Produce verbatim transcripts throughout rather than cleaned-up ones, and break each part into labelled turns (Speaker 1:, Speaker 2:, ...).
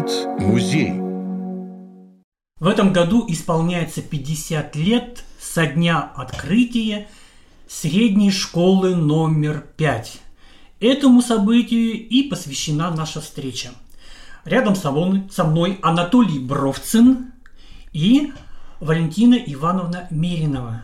Speaker 1: Говорит музей.
Speaker 2: В этом году исполняется пятьдесят лет со дня открытия средней школы номер пять. Этому событию и посвящена наша встреча. Рядом со мной Анатолий Бровцин и Валентина Ивановна Меринова.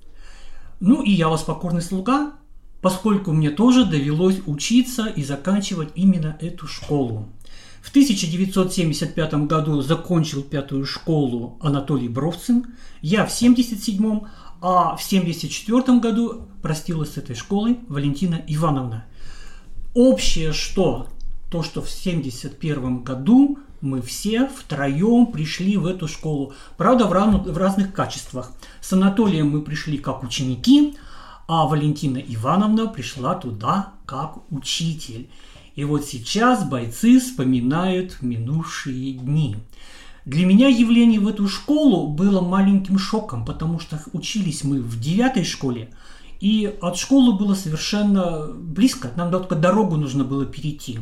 Speaker 2: Ну и я вас покорный слуга, поскольку мне тоже довелось учиться и заканчивать именно эту школу. В тысяча девятьсот семьдесят пятом году закончил пятую школу Анатолий Бровцин, я в семьдесят седьмом, а в семьдесят четвёртом году простилась с этой школой Валентина Ивановна. Общее что? То, что в семьдесят первом году мы все втроем пришли в эту школу. Правда, в, ран... в разных качествах. С Анатолием мы пришли как ученики, а Валентина Ивановна пришла туда как учитель. И вот сейчас бойцы вспоминают минувшие дни. Для меня явление в эту школу было маленьким шоком, потому что учились мы в девятой школе, и от школы было совершенно близко, нам только дорогу нужно было перейти.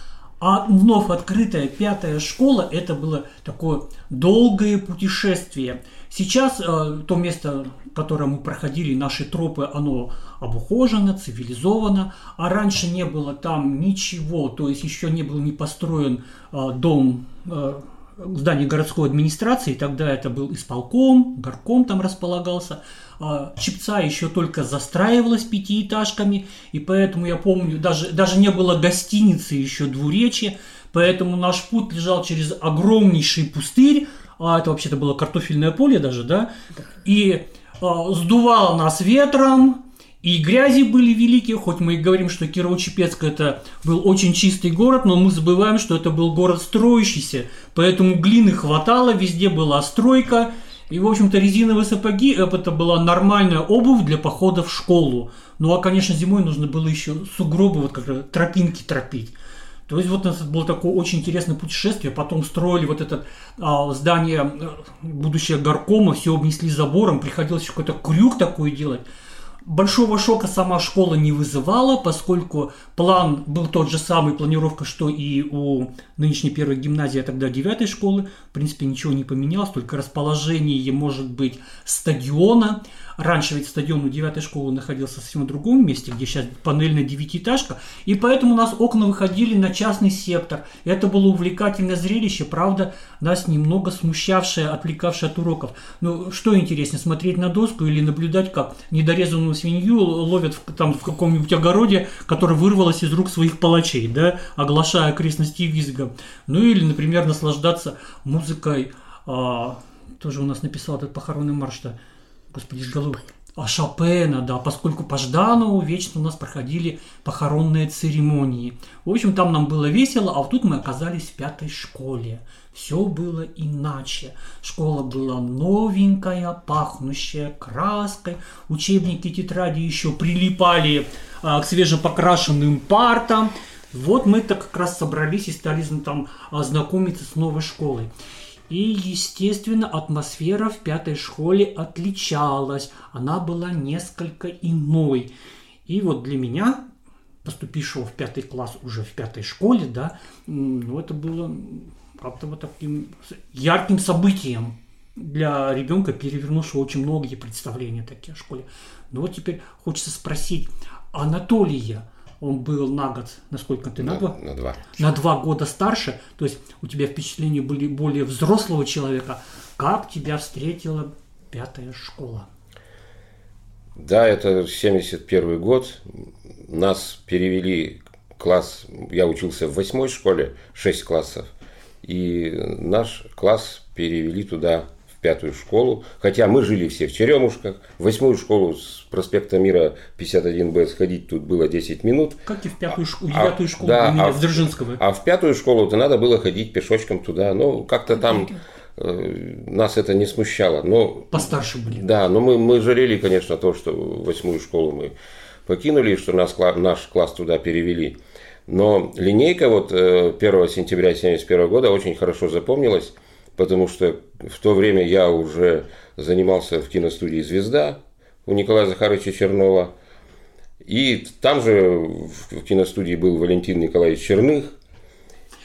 Speaker 2: А вновь открытая пятая школа – это было такое долгое путешествие. Сейчас э, то место, которое мы проходили, наши тропы, оно обухожено, цивилизовано, а раньше не было там ничего, то есть еще не был не построен э, дом, э, здание городской администрации, тогда это был исполком, горком там располагался. Чепца еще только застраивалась пятиэтажками, и поэтому я помню, даже, даже не было гостиницы еще двуречья, поэтому наш путь лежал через огромнейший пустырь, а это вообще-то было картофельное поле даже, да, и а, сдувало нас ветром, и грязи были великие, хоть мы и говорим, что Кирово-Чепецк это был очень чистый город, но мы забываем, что это был город строящийся, поэтому глины хватало, везде была стройка. И, в общем-то, резиновые сапоги – это была нормальная обувь для похода в школу. Ну, а, конечно, зимой нужно было еще сугробы, вот как тропинки тропить. То есть, вот у нас было такое очень интересное путешествие. Потом строили вот это а, здание, будущее горкома, все обнесли забором, приходилось еще какой-то крюк такой делать. Большого шока сама школа не вызывала, поскольку план был тот же самый, планировка, что и у нынешней первой гимназии, а тогда девятой школы. В принципе, ничего не поменялось, только расположение, может быть, стадиона. Раньше ведь стадион у девятой школы находился в совсем другом месте, где сейчас панельная девятиэтажка, и поэтому у нас окна выходили на частный сектор. Это было увлекательное зрелище, правда, нас немного смущавшее, отвлекавшее от уроков. Но что интереснее, смотреть на доску или наблюдать, как недорезанную свинью ловят в, там, в каком-нибудь огороде, которая вырвалась из рук своих палачей, да, оглашая окрестности визгом. Ну или, например, наслаждаться музыкой. А, тоже у нас написал этот похоронный марш-то. Господи, с головы. А Шопена, да, поскольку по Жданову вечно у нас проходили похоронные церемонии. В общем, там нам было весело, а вот тут мы оказались в пятой школе. Все было иначе. Школа была новенькая, пахнущая краской. Учебники, тетради еще прилипали а, к свежепокрашенным партам. Вот мы-то как раз собрались и стали там знакомиться с новой школой. И, естественно, атмосфера в пятой школе отличалась. Она была несколько иной. И вот для меня, поступившего в пятый класс уже в пятой школе, да, ну, это было как-то вот таким ярким событием для ребенка, перевернувшего очень многие представления такие о школе. Но вот теперь хочется спросить Анатолия. Он был на год, насколько ты, на, на два?
Speaker 3: На два.
Speaker 2: На два года старше, то есть у тебя впечатления были более взрослого человека. Как тебя встретила пятая школа?
Speaker 3: Да, это семьдесят первый год. Нас перевели класс, я учился в восьмой школе, шесть классов, и наш класс перевели туда, в пятую школу, хотя мы жили все в Черемушках. В восьмую школу с проспекта Мира пятьдесят один Б сходить тут было десять минут.
Speaker 2: Как и в пятую школу, а, девятую школу,
Speaker 3: да,
Speaker 2: именно
Speaker 3: а
Speaker 2: в Дзержинского.
Speaker 3: А в пятую школу-то надо было ходить пешочком туда, ну как-то там э, нас это не смущало. Но,
Speaker 2: постарше были.
Speaker 3: Да, но мы, мы жалели, конечно, то, что восьмую школу мы покинули, что нас, наш класс туда перевели. Но линейка вот первого сентября семьдесят первого года очень хорошо запомнилась, потому что в то время я уже занимался в киностудии «Звезда» у Николая Захаровича Чернова. И там же в киностудии был Валентин Николаевич Черных.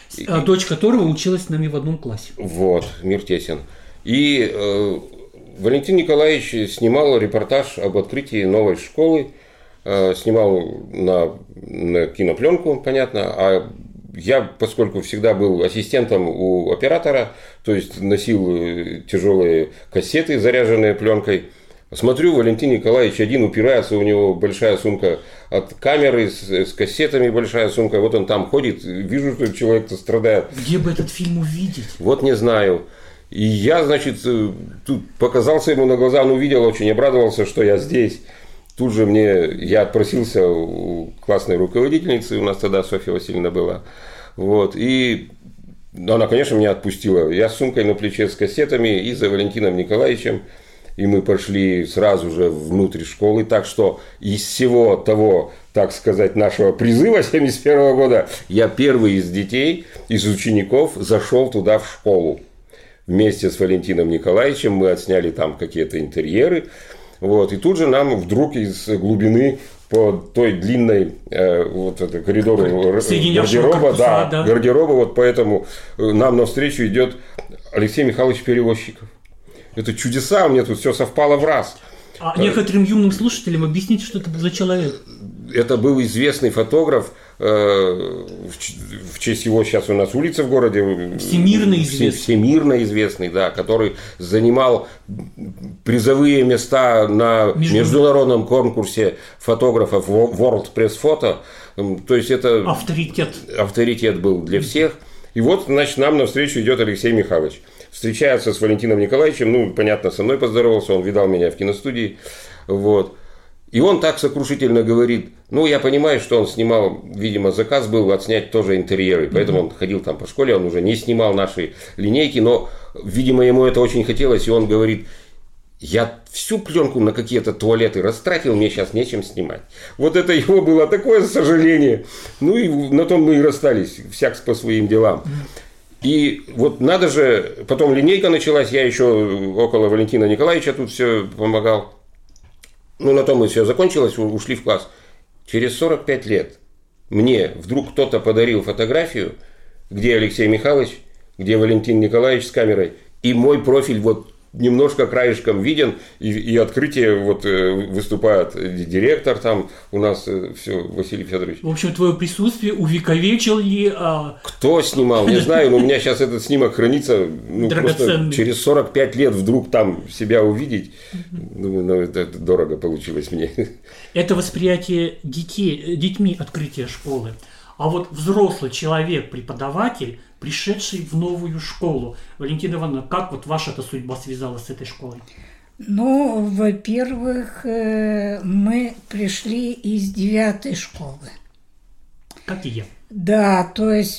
Speaker 2: А дочь которого училась с нами в одном классе.
Speaker 3: Вот, мир тесен. И э, Валентин Николаевич снимал репортаж об открытии новой школы, э, снимал на, на кинопленку, понятно, а я, поскольку всегда был ассистентом у оператора, то есть носил тяжелые кассеты, заряженные пленкой, смотрю, Валентин Николаевич один упирается, у него большая сумка от камеры с, с кассетами, большая сумка, вот он там ходит, вижу, что человек-то страдает.
Speaker 2: Где бы этот фильм увидеть?
Speaker 3: Вот не знаю. И я, значит, тут показался ему на глаза, он увидел, очень обрадовался, что я здесь. Тут же мне, я отпросился у классной руководительницы, у нас тогда Софья Васильевна была. Вот, и она, конечно, меня отпустила. Я с сумкой на плече с кассетами и за Валентином Николаевичем. И мы пошли сразу же внутрь школы. Так что из всего того, так сказать, нашего призыва семьдесят первого года, я первый из детей, из учеников зашел туда в школу. Вместе с Валентином Николаевичем мы отсняли там какие-то интерьеры. Вот, и тут же нам вдруг из глубины по той длинной э, вот это, коридору гардероба, да, да. гардероба, вот поэтому нам навстречу идет Алексей Михайлович Перевозчиков. Это чудеса, у меня тут все совпало в раз.
Speaker 2: А некоторым юным слушателям объясните, что это был за человек?
Speaker 3: Это был известный фотограф, в честь его сейчас у нас улица в городе.
Speaker 2: Всемирно известный.
Speaker 3: Всемирно известный, да, который занимал призовые места на международном конкурсе фотографов World Press Photo. То есть это
Speaker 2: авторитет.
Speaker 3: Авторитет был для всех. И вот, значит, нам навстречу идет Алексей Михайлович. Встречается с Валентином Николаевичем, ну, понятно, со мной поздоровался, он видал меня в киностудии. Вот. И он так сокрушительно говорит, ну, я понимаю, что он снимал, видимо, заказ был отснять тоже интерьеры, поэтому он ходил там по школе, он уже не снимал наши линейки, но, видимо, ему это очень хотелось, и он говорит, я всю пленку на какие-то туалеты растратил, мне сейчас нечем снимать. Вот это его было такое сожаление. Ну, и на том мы и расстались, всяк по своим делам. И вот надо же, потом линейка началась, я еще около Валентина Николаевича тут все помогал. Ну, на том и все закончилось, ушли в класс. Через сорок пять лет мне вдруг кто-то подарил фотографию, где Алексей Михайлович, где Валентин Николаевич с камерой, и мой профиль вот немножко краешком виден, и, и открытие, вот выступает директор там у нас, все, Василий Федорович.
Speaker 2: В общем, твое присутствие увековечили... А...
Speaker 3: Кто снимал, не знаю, но у меня сейчас этот снимок хранится, ну, просто через сорок пять лет вдруг там себя увидеть, думаю, ну, это дорого получилось мне.
Speaker 2: Это восприятие детей, детьми открытия школы. А вот взрослый человек, преподаватель, пришедший в новую школу. Валентина Ивановна, как вот ваша-то судьба связалась с этой школой?
Speaker 1: Ну, во-первых, мы пришли из девятой школы.
Speaker 2: Как и я.
Speaker 1: Да, то есть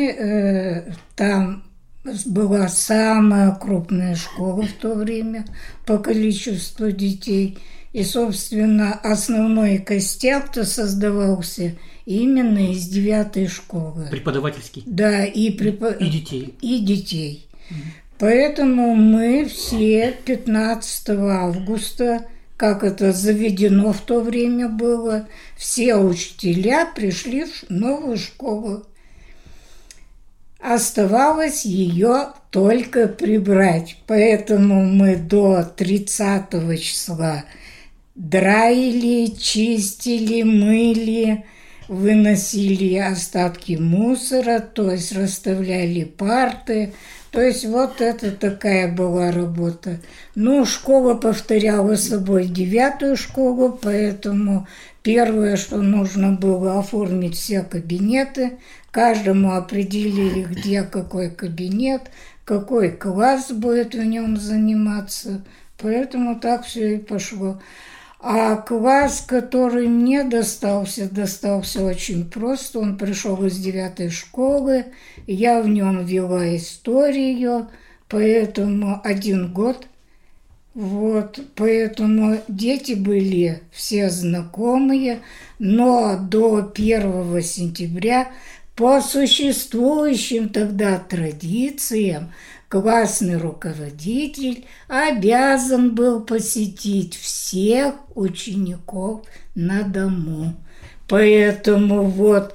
Speaker 1: мы там была самая крупная школа в то время по количеству детей. И, собственно, основной костяк-то создавался именно из девятой школы.
Speaker 2: Преподавательский?
Speaker 1: Да, и, препод...
Speaker 2: и детей.
Speaker 1: И детей. Mm-hmm. Поэтому мы все пятнадцатого августа, как это заведено в то время было, все учителя пришли в новую школу. Оставалось ее только прибрать. Поэтому мы до тридцатого числа драили, чистили, мыли, выносили остатки мусора, то есть расставляли парты. То есть вот это такая была работа. Ну, школа повторяла собой девятую школу, поэтому первое, что нужно было, оформить все кабинеты. Каждому определили, где какой кабинет, какой класс будет в нем заниматься. Поэтому так все и пошло. А класс, который мне достался, достался очень просто. Он пришел из девятой школы, я в нем вела историю, поэтому один год. Вот, поэтому дети были все знакомые, но до первого сентября по существующим тогда традициям классный руководитель обязан был посетить всех учеников на дому. Поэтому вот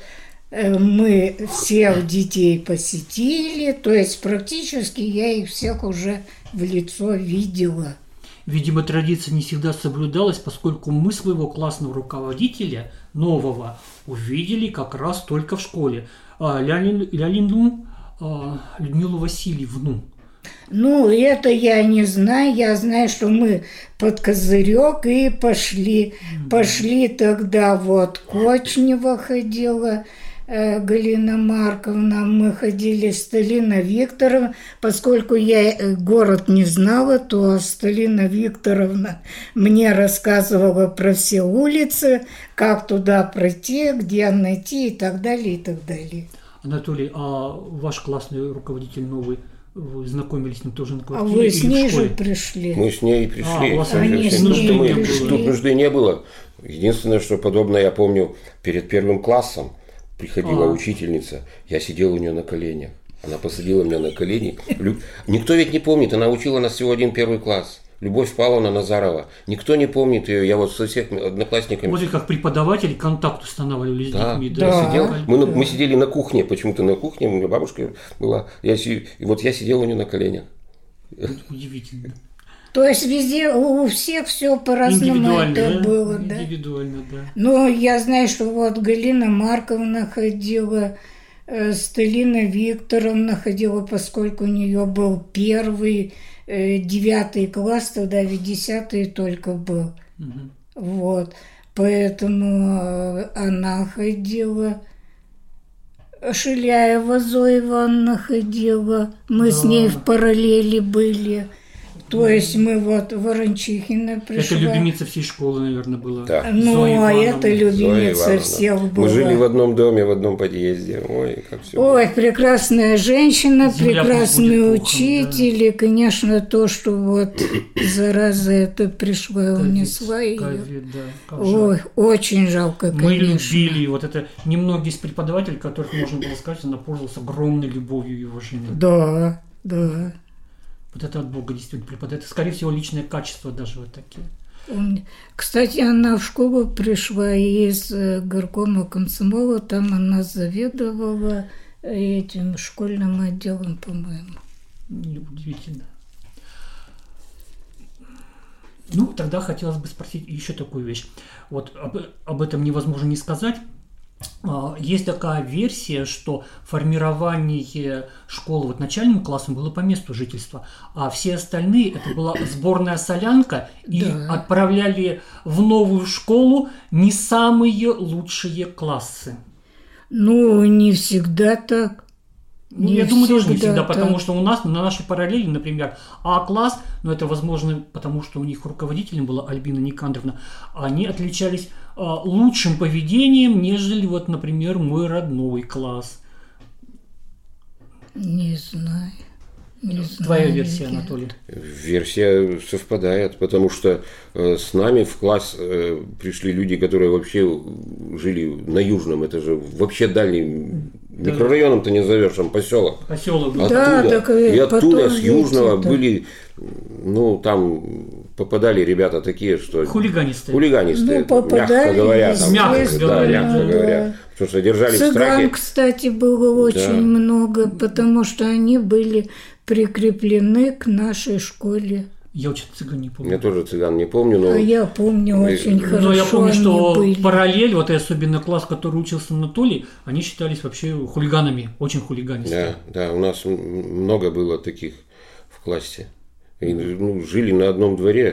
Speaker 1: мы всех детей посетили, то есть практически я их всех уже в лицо видела.
Speaker 2: Видимо, традиция не всегда соблюдалась, поскольку мы своего классного руководителя, нового, увидели как раз только в школе. Лялину Людмилу Васильевну.
Speaker 1: Ну, это я не знаю. Я знаю, что мы под козырек и пошли. Mm-hmm. Пошли тогда вот Кочнева ходила, э, Галина Марковна. Мы ходили Сталина Викторовна. Поскольку я город не знала, то Сталина Викторовна мне рассказывала про все улицы, как туда пройти, где найти и так далее, и так далее.
Speaker 2: Анатолий, а ваш классный руководитель новый, вы знакомились с ним тоже на квартире?
Speaker 1: А вы с ней же пришли?
Speaker 3: Мы с ней пришли.
Speaker 2: А, у вас
Speaker 1: Они с ней
Speaker 3: мы,
Speaker 1: пришли.
Speaker 3: Тут нужды не было. Единственное, что подобное я помню, перед первым классом приходила а. учительница, я сидел у нее на коленях. Она посадила меня на колени. Никто ведь не помнит, она учила нас всего один первый класс. Любовь Павловна Назарова. Никто не помнит ее. Я вот со всех одноклассниками.
Speaker 2: Вот как преподаватели контакт устанавливали с
Speaker 3: да,
Speaker 2: детьми.
Speaker 3: Да,
Speaker 2: да.
Speaker 3: Сидел, мы, мы сидели на кухне, почему-то на кухне, у меня бабушка была. Я, и вот я сидел у нее на коленях.
Speaker 2: Удивительно.
Speaker 1: То есть везде, у всех все по-разному это
Speaker 2: да?
Speaker 1: было, да?
Speaker 2: Индивидуально, да.
Speaker 1: Но я знаю, что вот Галина Марковна ходила, Сталина Викторовна ходила, поскольку у нее был первый, девятый класс, тогда ведь десятый только был. Угу. Вот. Поэтому она ходила. Шиляева Зоя Ивановна ходила. Мы да. с ней в параллели были. То есть мы вот Ворончихина пришла.
Speaker 2: Это любимица всей школы, наверное, была.
Speaker 3: Да.
Speaker 1: Ну, а это любимица всех была.
Speaker 3: Мы жили в одном доме, в одном подъезде. Ой, как все.
Speaker 1: Ой, было. Прекрасная женщина, Земля прекрасные учители. Да. Конечно, то, что вот зараза эта пришла, унесла ее.
Speaker 2: Да,
Speaker 1: ой, очень жалко, конечно.
Speaker 2: Мы любили. Вот это немногие из преподавателей, которых можно было сказать, она пользовалась огромной любовью и уважением.
Speaker 1: Да, да.
Speaker 2: Вот это от Бога действительно преподает. Скорее всего, личное качество даже вот такие.
Speaker 1: Кстати, она в школу пришла из горкома комсомола. Там она заведовала этим школьным отделом, по-моему.
Speaker 2: Удивительно. Ну, тогда хотелось бы спросить еще такую вещь. Вот об, об этом невозможно не сказать. Есть такая версия, что формирование школы вот начальным классом было по месту жительства, а все остальные это была сборная солянка, и да. отправляли в новую школу не самые лучшие классы.
Speaker 1: Ну, не всегда так.
Speaker 2: Ну, я думаю, тоже не всегда, потому что у нас на нашей параллели, например, А-класс, но это возможно, потому что у них руководителем была Альбина Никандровна, они отличались а, лучшим поведением, нежели, вот, например, мой родной класс.
Speaker 1: Не знаю. Не
Speaker 2: Твоя
Speaker 1: знаю,
Speaker 2: версия,
Speaker 1: я...
Speaker 2: Анатолий?
Speaker 3: Версия совпадает, потому что э, с нами в класс э, пришли люди, которые вообще жили на Южном, это же вообще дальний, да. микрорайоном-то не назовешь, там поселок.
Speaker 2: Поселок был.
Speaker 1: Да,
Speaker 3: оттуда,
Speaker 1: так
Speaker 3: и оттуда, с Южного
Speaker 1: это...
Speaker 3: были, ну, там попадали ребята такие, что...
Speaker 2: Хулиганистые.
Speaker 3: Хулиганистые,
Speaker 1: ну, попадали,
Speaker 3: мягко говоря. Там,
Speaker 2: мягко,
Speaker 3: да,
Speaker 2: да,
Speaker 3: мягко
Speaker 1: да.
Speaker 3: говоря. Потому что держали
Speaker 1: Цыган,
Speaker 3: в страхе.
Speaker 1: кстати, было очень
Speaker 3: да.
Speaker 1: много, потому что они были прикреплены к нашей школе.
Speaker 2: Я очень цыган не помню.
Speaker 3: Я тоже цыган не помню, но...
Speaker 1: А я помню очень
Speaker 3: и...
Speaker 1: хорошо.
Speaker 2: Но я помню, что
Speaker 1: были.
Speaker 2: параллель, вот и особенно класс, который учился Анатолий, они считались вообще хулиганами, очень хулиганистыми.
Speaker 3: Да, да, у нас много было таких в классе. И, ну, жили на одном дворе.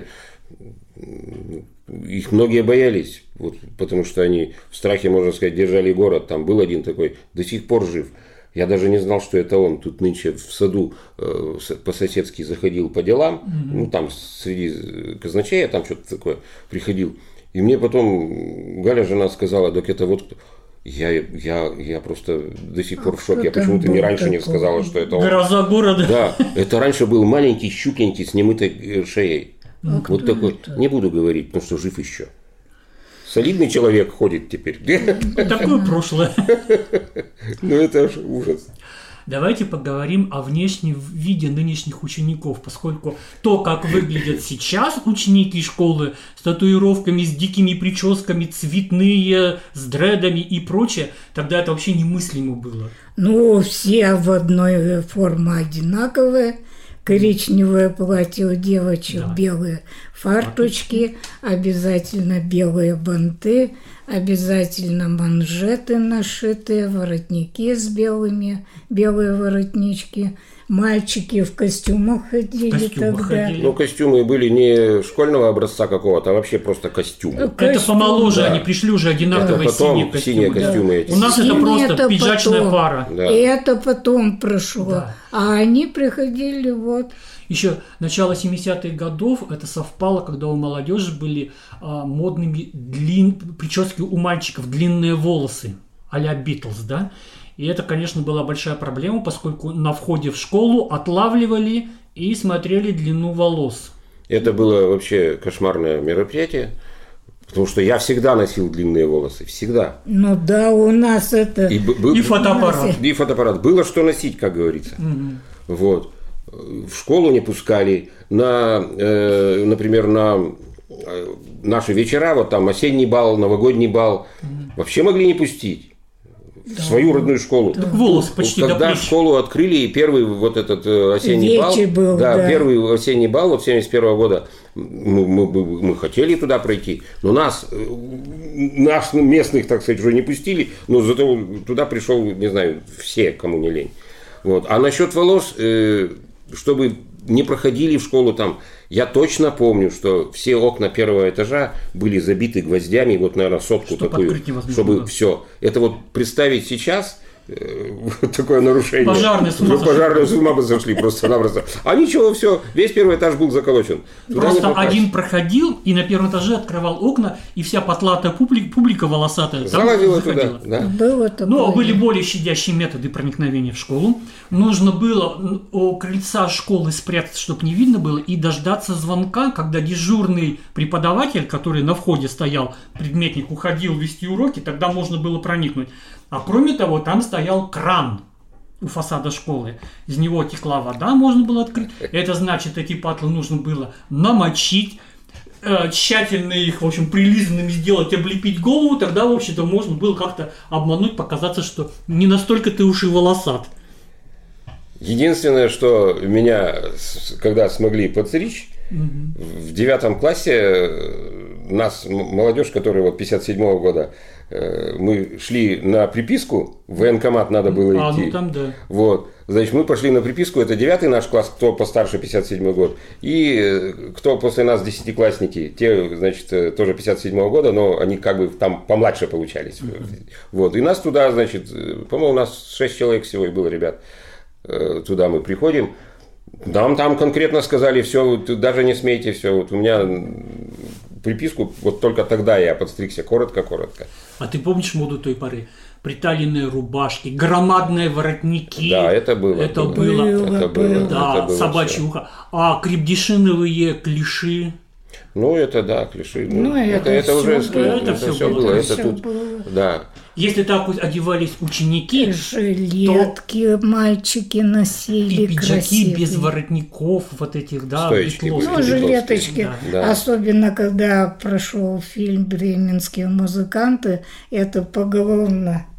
Speaker 3: Их многие боялись, вот, потому что они в страхе, можно сказать, держали город. Там был один такой, до сих пор жив. Я даже не знал, что это он. Тут нынче в саду э, по-соседски заходил по делам. Mm-hmm. Ну, там среди казначея там что-то такое приходил. И мне потом Галя, жена, сказала, так это вот кто. Я, я, я просто до сих пор в шоке. А почему ты мне раньше такой? Не сказала, что это он?
Speaker 2: Гроза города.
Speaker 3: Да, это раньше был маленький, щупленький, с немытой шеей. А вот такой. Это? Не буду говорить, потому что жив еще. Солидный человек ходит теперь.
Speaker 2: Такое прошлое.
Speaker 3: Ну это ж ужас.
Speaker 2: Давайте поговорим о внешнем виде нынешних учеников, поскольку то, как выглядят сейчас ученики школы с татуировками, с дикими прическами, цветные, с дредами и прочее, тогда это вообще немыслимо было.
Speaker 1: Ну, все в одной форме одинаковые. Коричневое платье у девочек, да. Белые фарточки, обязательно белые банты, обязательно манжеты нашитые, воротники с белыми, белые воротнички. Мальчики в костюмах ходили
Speaker 2: костюмах
Speaker 1: тогда.
Speaker 2: Ходили.
Speaker 3: Ну, костюмы были не школьного образца какого-то, а вообще просто костюмы.
Speaker 2: Костюм, это помоложе, да. Они пришли уже одинаковые, да. Синие костюмы.
Speaker 3: Синие костюмы да. эти.
Speaker 2: У нас
Speaker 1: Синие
Speaker 2: это просто
Speaker 1: это
Speaker 2: пиджачная
Speaker 1: потом.
Speaker 2: пара.
Speaker 1: Да. И это потом прошло.
Speaker 2: Да.
Speaker 1: А они приходили вот...
Speaker 2: Еще начало семидесятых годов, это совпало, когда у молодежи были а, модными длин... прически у мальчиков, длинные волосы, а-ля Битлз, да? И это, конечно, была большая проблема, поскольку на входе в школу отлавливали и смотрели длину волос.
Speaker 3: Это было вообще кошмарное мероприятие, потому что я всегда носил длинные волосы, всегда.
Speaker 1: Ну да, у нас это...
Speaker 3: И, был...
Speaker 2: и фотоаппарат.
Speaker 3: И фотоаппарат. Было что носить, как говорится. Угу. Вот. В школу не пускали, на, э, например, на э, наши вечера, вот там осенний бал, новогодний бал, угу. вообще могли не пустить. В свою родную школу.
Speaker 2: Так волосы почти
Speaker 3: Когда
Speaker 2: до плеч.
Speaker 3: Школу открыли, и первый вот этот осенний
Speaker 1: Вечер
Speaker 3: бал,
Speaker 1: был,
Speaker 3: да,
Speaker 1: да.
Speaker 3: первый осенний бал вот семьдесят первого года, мы, мы, мы хотели туда пройти, но нас, нас местных, так сказать, уже не пустили, но зато туда пришел, не знаю, все, кому не лень. Вот. А насчет волос, чтобы не проходили в школу там, я точно помню, что все окна первого этажа были забиты гвоздями, вот, наверное, сотку
Speaker 2: чтобы
Speaker 3: такую, чтобы да. все. Это вот представить сейчас э, такое нарушение.
Speaker 2: Пожарные с ума
Speaker 3: Пожарные с ума бы сошли просто-напросто. А ничего, все, весь первый этаж был заколочен.
Speaker 2: Туда просто один проходил и на первом этаже открывал окна, и вся потлатая публика, публика волосатая
Speaker 3: залазила туда. Да.
Speaker 1: Было
Speaker 2: Но были более щадящие методы проникновения в школу. Нужно было у крыльца школы спрятаться, чтобы не видно было, и дождаться звонка, когда дежурный преподаватель, который на входе стоял, предметник, уходил вести уроки, тогда можно было проникнуть. А кроме того, там стоял кран у фасада школы. Из него текла вода, можно было открыть. Это значит, эти патлы нужно было намочить, э, тщательно их, в общем, прилизанными сделать, облепить голову. Тогда, в общем-то, можно было как-то обмануть, показаться, что не настолько ты уж и волосат.
Speaker 3: Единственное, что меня, когда смогли подстричь, угу. в девятом классе нас, молодежь, которая вот пятьдесят седьмого года, мы шли на приписку, в военкомат надо было
Speaker 2: а,
Speaker 3: идти.
Speaker 2: Ну, там, да.
Speaker 3: Вот. Значит, мы пошли на приписку, это девятый наш класс, кто постарше пятьдесят седьмой год, и кто после нас десятиклассники, те, значит, тоже пятьдесят седьмого года, но они как бы там помладше получались. Mm-hmm. Вот. И нас туда, значит, по-моему, у нас шесть человек всего и было, ребят. Туда мы приходим, нам там конкретно сказали, все, даже не смейте, все, вот у меня приписку, вот только тогда я подстригся, коротко-коротко.
Speaker 2: А ты помнишь моду той поры? Приталенные рубашки, громадные воротники.
Speaker 3: Да, это было.
Speaker 2: Это
Speaker 3: было.
Speaker 2: было.
Speaker 3: Это было.
Speaker 2: Да,
Speaker 3: это было
Speaker 2: собачье ухо. А крепдешиновые клиши.
Speaker 3: Ну, это да, клиши.
Speaker 1: Ну, это,
Speaker 3: это, это уже
Speaker 2: было. Это, это все, все было.
Speaker 3: Это
Speaker 1: все
Speaker 3: тут,
Speaker 1: было.
Speaker 3: Да.
Speaker 2: Если так одевались ученики,
Speaker 1: жилетки то... мальчики носили
Speaker 2: и пиджаки красивые. Без воротников, вот этих, да,
Speaker 3: стоечки,
Speaker 1: ну, жилеточки. Да. Да. Особенно, когда прошел фильм «Бременские музыканты», это поголовно.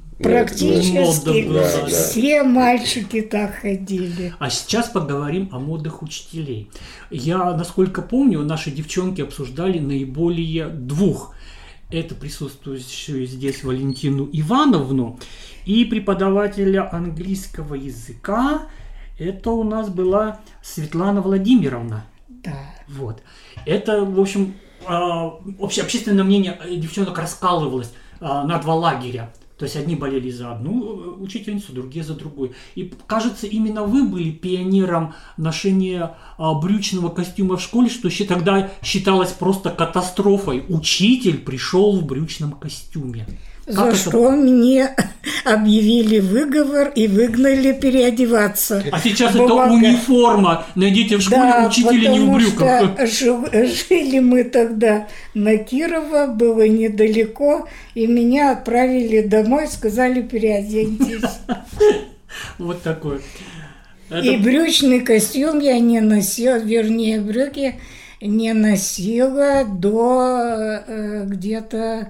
Speaker 1: Практически
Speaker 2: да,
Speaker 1: все да. мальчики так ходили.
Speaker 2: А сейчас поговорим о модах учителей. Я, насколько помню, наши девчонки обсуждали наиболее двух. Это присутствующую здесь Валентину Ивановну и преподавателя английского языка. Это у нас была Светлана Владимировна.
Speaker 1: Да.
Speaker 2: Вот. Это, в общем, общее общественное мнение девчонок раскалывалось на два лагеря. То есть одни болели за одну учительницу, другие за другую. И кажется, именно вы были пионером ношения а, брючного костюма в школе, что тогда считалось просто катастрофой. Учитель пришел в брючном костюме.
Speaker 1: За как что это... мне объявили выговор и выгнали переодеваться.
Speaker 2: А сейчас Бумага. Это униформа. Найдите в школе да, учителя не в брюках.
Speaker 1: Что жили мы тогда на Кирова, было недалеко, и меня отправили домой, сказали, переоденьтесь.
Speaker 2: Вот такой.
Speaker 1: И брючный костюм я не носила, вернее, брюки не носила до э, где-то...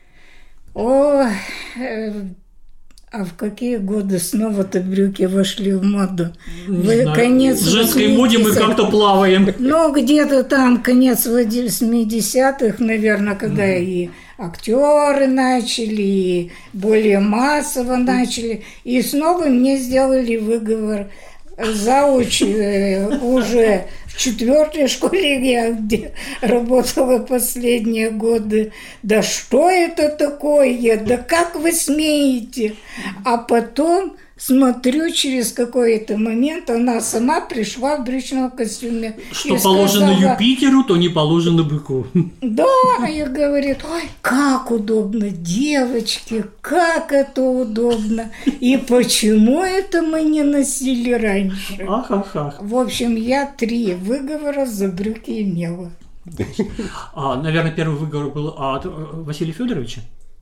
Speaker 1: О, э, а в какие годы снова-то брюки вошли в моду?
Speaker 2: Не
Speaker 1: В конец
Speaker 2: в женской моде мы как-то плаваем.
Speaker 1: Ну, где-то там конец восьмидесятых, наверное, когда и актеры начали, и более массово начали. И снова мне сделали выговор. Зауч э, уже в четвертой школе, я где работала последние годы. Да что это такое? Да как вы смеете? А потом смотрю, через какой-то момент она сама пришла в брючном костюме.
Speaker 2: Что положено сказала, Юпитеру, то не положено быку.
Speaker 1: Да, и говорит, ой, как удобно, девочки, как это удобно. И почему это мы не носили раньше?
Speaker 2: Ах, ах, ах.
Speaker 1: В общем, я три выговора за брюки имела.
Speaker 2: А, наверное, первый выговор был от Василия Федоровича?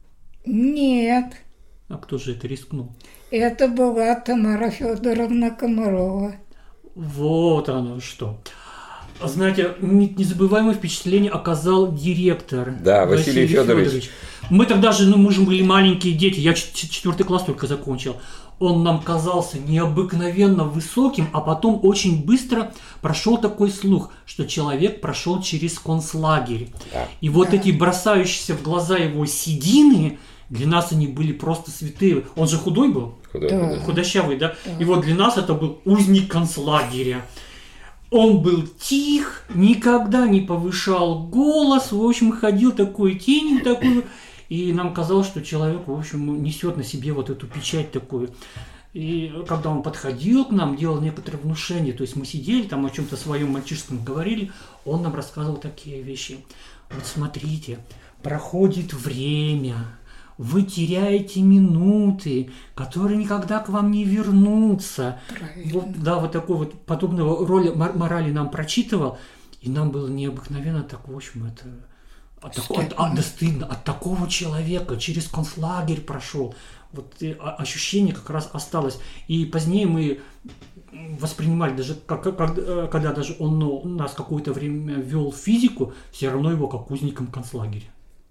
Speaker 1: Нет.
Speaker 2: А кто же это рискнул?
Speaker 1: Это была Тамара Федоровна Комарова.
Speaker 2: Вот оно что. Знаете, незабываемое впечатление оказал директор.
Speaker 3: Да, Василий, Василий Федорович. Федорович.
Speaker 2: Мы тогда же, ну мы же были маленькие дети, я четвертый класс только закончил. Он нам казался необыкновенно высоким, а потом очень быстро прошел такой слух, что человек прошел через концлагерь. Да. И вот да. эти бросающиеся в глаза его седины, для нас они были просто святые. Он же худой был?
Speaker 3: Худой, да.
Speaker 2: Худощавый, да? да? И вот для нас это был узник концлагеря. Он был тих, никогда не повышал голос, в общем, ходил такой тенью такую. И нам казалось, что человек, в общем, несет на себе вот эту печать такую. И когда он подходил к нам, делал некоторые внушения, то есть мы сидели там о чем-то своем мальчишеском говорили, он нам рассказывал такие вещи. Вот смотрите, проходит время, вы теряете минуты, которые никогда к вам не вернутся. Вот, да, вот такой вот подобного роли морали нам прочитывал, и нам было необыкновенно так, в общем, это... От, такого, от, от, да стыдно, от такого человека через концлагерь прошел. Вот и, а, ощущение как раз осталось. И позднее мы воспринимали, даже как, как, когда даже он ну, нас какое-то время вел в физику, все равно его как узником концлагеря.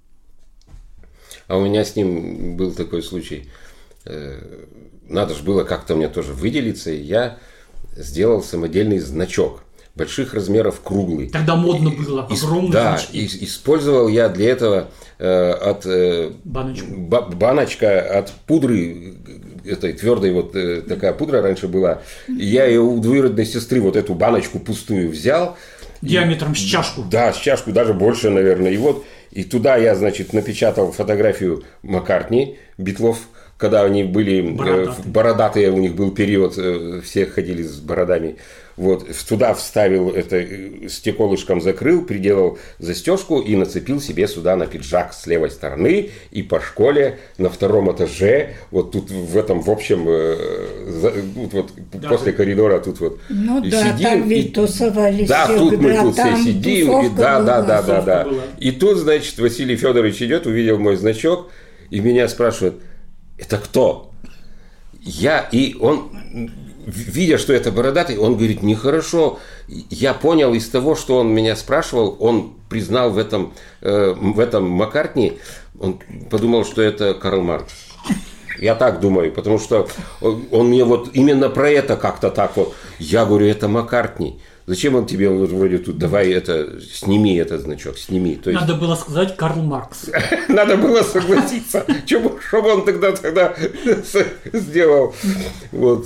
Speaker 3: А у меня с ним был такой случай. Надо же было как-то мне тоже выделиться, и я сделал самодельный значок. Больших размеров, круглый.
Speaker 2: Тогда модно было, огромный.
Speaker 3: Да, и, использовал я для этого э, от э, ба, баночка от пудры, этой твердой вот э, такая пудра раньше была. И я ее у двоюродной сестры вот эту баночку пустую взял.
Speaker 2: Диаметром
Speaker 3: и,
Speaker 2: с чашку.
Speaker 3: Да, с чашку, даже больше, наверное. И вот, и туда я, значит, напечатал фотографию Маккартни, Битлов, когда они были бородатые, э, бородатые у них был период, э, все ходили с бородами. Вот, туда вставил это, стеколышком закрыл, приделал застежку и нацепил себе сюда на пиджак с левой стороны. И по школе на втором этаже, вот тут в этом, в общем, вот, вот да, после коридора тут вот
Speaker 1: ну,
Speaker 3: и
Speaker 1: да,
Speaker 3: сидим.
Speaker 1: Там ведь тусовались.
Speaker 3: Да,
Speaker 1: все,
Speaker 3: тут мы
Speaker 1: да,
Speaker 3: тут все сидим. И, да, да, да, да, да. И тут, значит, Василий Федорович идет, увидел мой значок и меня спрашивает, это кто? Я, и он... Видя, что это бородатый, он говорит, нехорошо. Я понял из того, что он меня спрашивал, он признал в этом, э, в этом Маккартни, он подумал, что это Карл Маркс. Я так думаю, потому что он мне вот именно про это как-то так вот. Я говорю, это Маккартни. Зачем он тебе вот вроде тут, давай это, сними этот значок, сними. То есть...
Speaker 2: Надо было сказать Карл Маркс.
Speaker 3: Надо было согласиться. Что бы он тогда тогда сделал? Вот.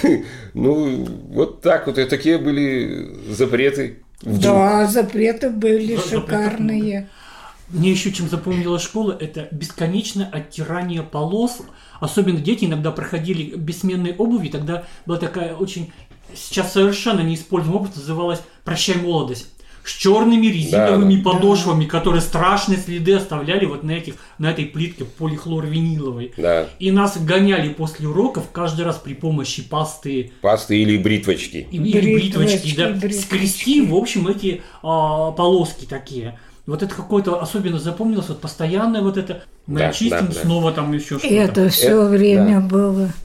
Speaker 3: Ну, вот так вот. И такие были запреты.
Speaker 1: Да, запреты были шикарные.
Speaker 2: Мне еще чем запомнила школа, это бесконечное оттирание полос. Особенно дети иногда проходили бессменной обуви. Тогда была такая очень... Сейчас совершенно неиспользуемая обувь, называлась «Прощай, молодость». С черными резиновыми да, подошвами, да. которые страшные следы оставляли вот на, этих, на этой плитке полихлорвиниловой. Да. И нас гоняли после уроков каждый раз при помощи пасты.
Speaker 3: Пасты или бритвочки.
Speaker 2: Или бритвочки, бритвочки да. Бритвочки. Скрести, в общем, эти а, полоски такие. Вот это какое-то особенно запомнилось, вот постоянное вот это, мы да, очистим, да, да. снова там еще что-то.
Speaker 1: Это все это, время да. было.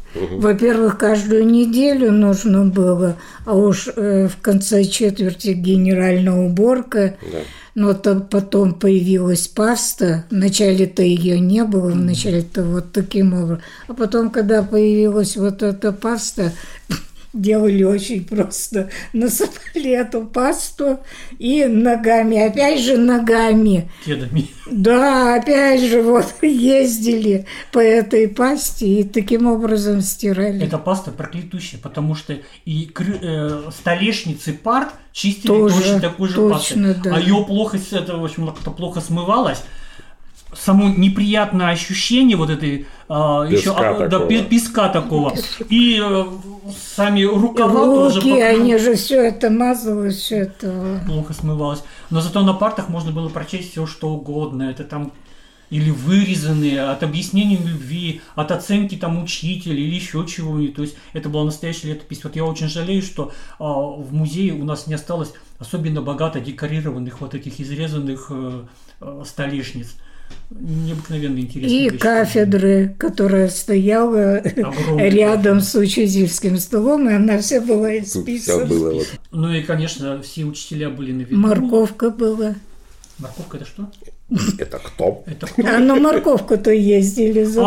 Speaker 1: Угу. Во-первых, каждую неделю нужно было, а уж э, в конце четверти генеральная уборка. Да. Но то потом появилась паста. Вначале-то ее не было, вначале-то вот таким образом. А потом, когда появилась вот эта паста, делали очень просто. Насыпали эту пасту и ногами, опять же ногами.
Speaker 2: Кедами.
Speaker 1: Да, опять же вот ездили по этой пасте и таким образом стирали.
Speaker 2: Эта паста проклятущая, потому что и кры, э, столешницы парт чистили
Speaker 1: тоже,
Speaker 2: точно такой же пастой. Да. А ее плохо, это, в общем, как-то плохо смывалось. Само неприятное ощущение вот этой а, еще а, да, песка такого и а, сами рукава
Speaker 1: руки,
Speaker 2: тоже покрыл...
Speaker 1: они же все это мазалось, все это
Speaker 2: плохо смывалось. Но зато на партах можно было прочесть все что угодно. Это там или вырезанные от объяснений любви, от оценки там учителя или еще чего-нибудь. То есть это была настоящая летопись. Вот я очень жалею, что а, в музее у нас не осталось особенно богато декорированных вот этих изрезанных а, а, столешниц. Необыкновенно интересно.
Speaker 1: И вещи. Кафедры, которая стояла огромная рядом с учительским столом, и она вся была исписана.
Speaker 3: Было, вот.
Speaker 2: Ну и, конечно, все учителя были на виду.
Speaker 1: Морковка была.
Speaker 2: Морковка это что?
Speaker 3: Это кто?
Speaker 2: Это кто?
Speaker 1: А на морковку-то ездили за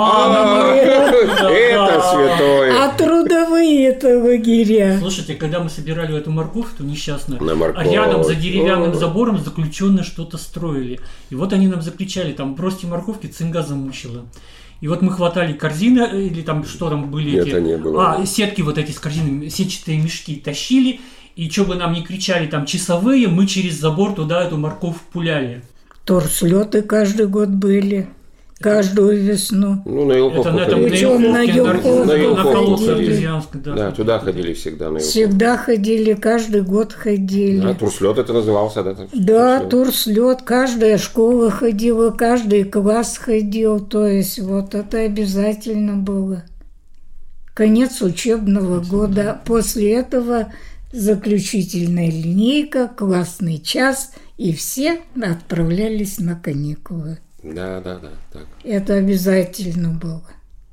Speaker 3: это святое.
Speaker 1: А трудовые это лагеря.
Speaker 2: Слушайте, когда мы собирали эту морковь, то несчастную, рядом за деревянным забором заключенные что-то строили. И вот они нам закричали, там, бросьте морковки, цинга замучила. И вот мы хватали корзины, или там что там были
Speaker 3: эти...
Speaker 2: Это
Speaker 3: не было.
Speaker 2: А, сетки вот эти с корзинами, сетчатые мешки тащили. И что бы нам ни кричали там часовые, мы через забор туда эту морковь пуляли.
Speaker 1: Торслеты каждый год были, каждую весну.
Speaker 3: Ну, на Елховку ходили.
Speaker 1: Причем на Елховку,
Speaker 3: на Елховку
Speaker 2: ходили.
Speaker 3: Да, да, туда ходили всегда на Елховку.
Speaker 1: Всегда ходили, каждый год ходили.
Speaker 3: Да, турслет это назывался, да?
Speaker 1: Да, турслет. Каждая школа ходила, каждый класс ходил. То есть вот это обязательно было. Конец учебного года. После этого заключительная линейка, классный час, и все отправлялись на каникулы.
Speaker 3: Да, да, да. Так.
Speaker 1: Это обязательно было.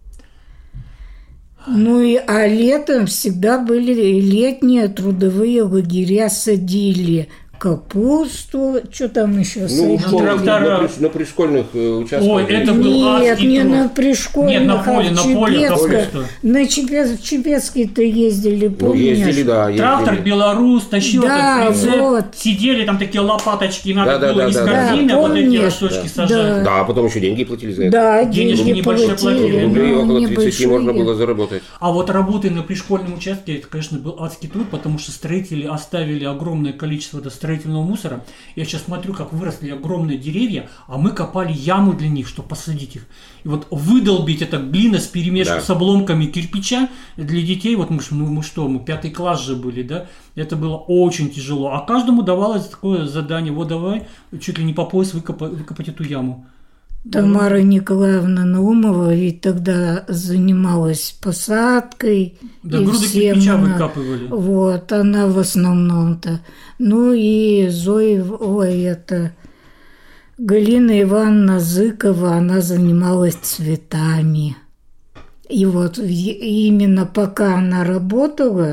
Speaker 1: Ну и а летом всегда были летние трудовые лагеря, садили капусту, что там еще
Speaker 3: ну,
Speaker 1: садили?
Speaker 3: На, на, на пришкольных участках.
Speaker 2: Ой, это был
Speaker 1: Нет, не труд. На пришкольных,
Speaker 2: Нет, на поле,
Speaker 1: а в
Speaker 2: на поле
Speaker 1: Чепецко. На Чепец, в Чепецкий-то ездили, помнишь?
Speaker 3: Ну, ездили, да, ездили.
Speaker 2: Трактор «Беларусь» тащил
Speaker 1: да,
Speaker 2: этот прицеп,
Speaker 1: вот.
Speaker 2: Сидели там такие лопаточки, надо
Speaker 3: да,
Speaker 2: было
Speaker 3: да,
Speaker 2: из
Speaker 3: да,
Speaker 2: корзины
Speaker 1: да,
Speaker 2: вот эти
Speaker 1: помнишь,
Speaker 2: росточки
Speaker 1: да,
Speaker 2: сажать.
Speaker 3: Да, а потом еще деньги платили за это.
Speaker 1: Да,
Speaker 2: денежки
Speaker 1: деньги
Speaker 2: небольшие платили.
Speaker 3: Рублей около тридцати
Speaker 1: небольшие.
Speaker 3: можно было заработать.
Speaker 2: А вот работы на пришкольном участке, это, конечно, был адский труд, потому что строители оставили огромное количество строительного мусора. Я сейчас смотрю, как выросли огромные деревья, а мы копали яму для них, чтобы посадить их. И вот выдолбить это глина с перемешку да. с обломками кирпича для детей, вот мы, мы, мы что, мы пятый класс же были, да, это было очень тяжело. А каждому давалось такое задание, вот давай чуть ли не по пояс выкопать, выкопать эту яму.
Speaker 1: Тамара Николаевна Наумова ведь тогда занималась посадкой.
Speaker 2: Да,
Speaker 1: и
Speaker 2: груды
Speaker 1: всем
Speaker 2: кирпича
Speaker 1: она,
Speaker 2: выкапывали.
Speaker 1: Вот, она в основном-то. Ну и Зоя, ой, это Галина Ивановна Зыкова, она занималась цветами. И вот именно пока она работала,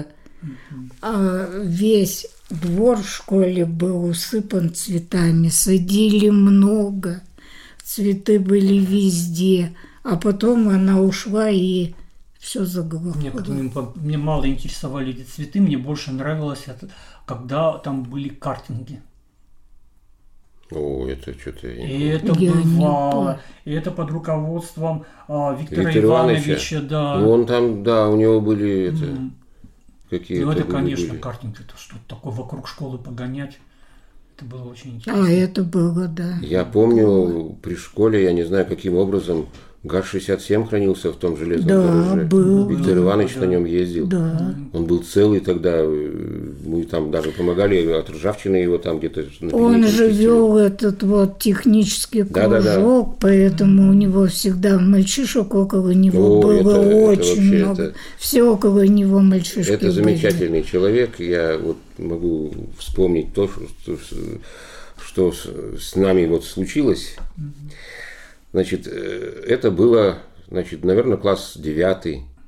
Speaker 1: весь двор в школе был усыпан цветами, садили много. Цветы были везде, а потом она ушла и все заглохло.
Speaker 2: Мне, мне мало интересовали эти цветы, мне больше нравилось, это, когда там были картинги.
Speaker 3: О, это что-то...
Speaker 2: И это я бывало, и это под руководством а, Виктора Виктор Ивановича. Ивановича да.
Speaker 3: Ну, он там, да, у него были это, mm. какие-то...
Speaker 2: Ну, это,
Speaker 3: были,
Speaker 2: конечно,
Speaker 3: были.
Speaker 2: картинг, это что-то такое вокруг школы погонять. Это было очень интересно.
Speaker 1: А, это было, да.
Speaker 3: Я помню, при школе, я не знаю, каким образом, ГАЗ шестьдесят семь хранился в том железном
Speaker 1: да,
Speaker 3: гараже.
Speaker 1: был.
Speaker 3: Виктор
Speaker 2: да,
Speaker 3: Иванович
Speaker 2: да.
Speaker 3: на нем ездил.
Speaker 1: Да.
Speaker 3: Он был целый тогда. Мы там даже помогали от ржавчины его там где-то...
Speaker 1: Он же вел этот вот технический кружок, да, да, да. Поэтому mm-hmm. у него всегда мальчишек около него О, было это, очень это вообще, много. Это, Все около него мальчишки
Speaker 3: Это
Speaker 1: были.
Speaker 3: Замечательный человек. Я вот могу вспомнить то, что, что с нами вот случилось. Mm-hmm. Значит, это было, значит, наверное, класс девятый.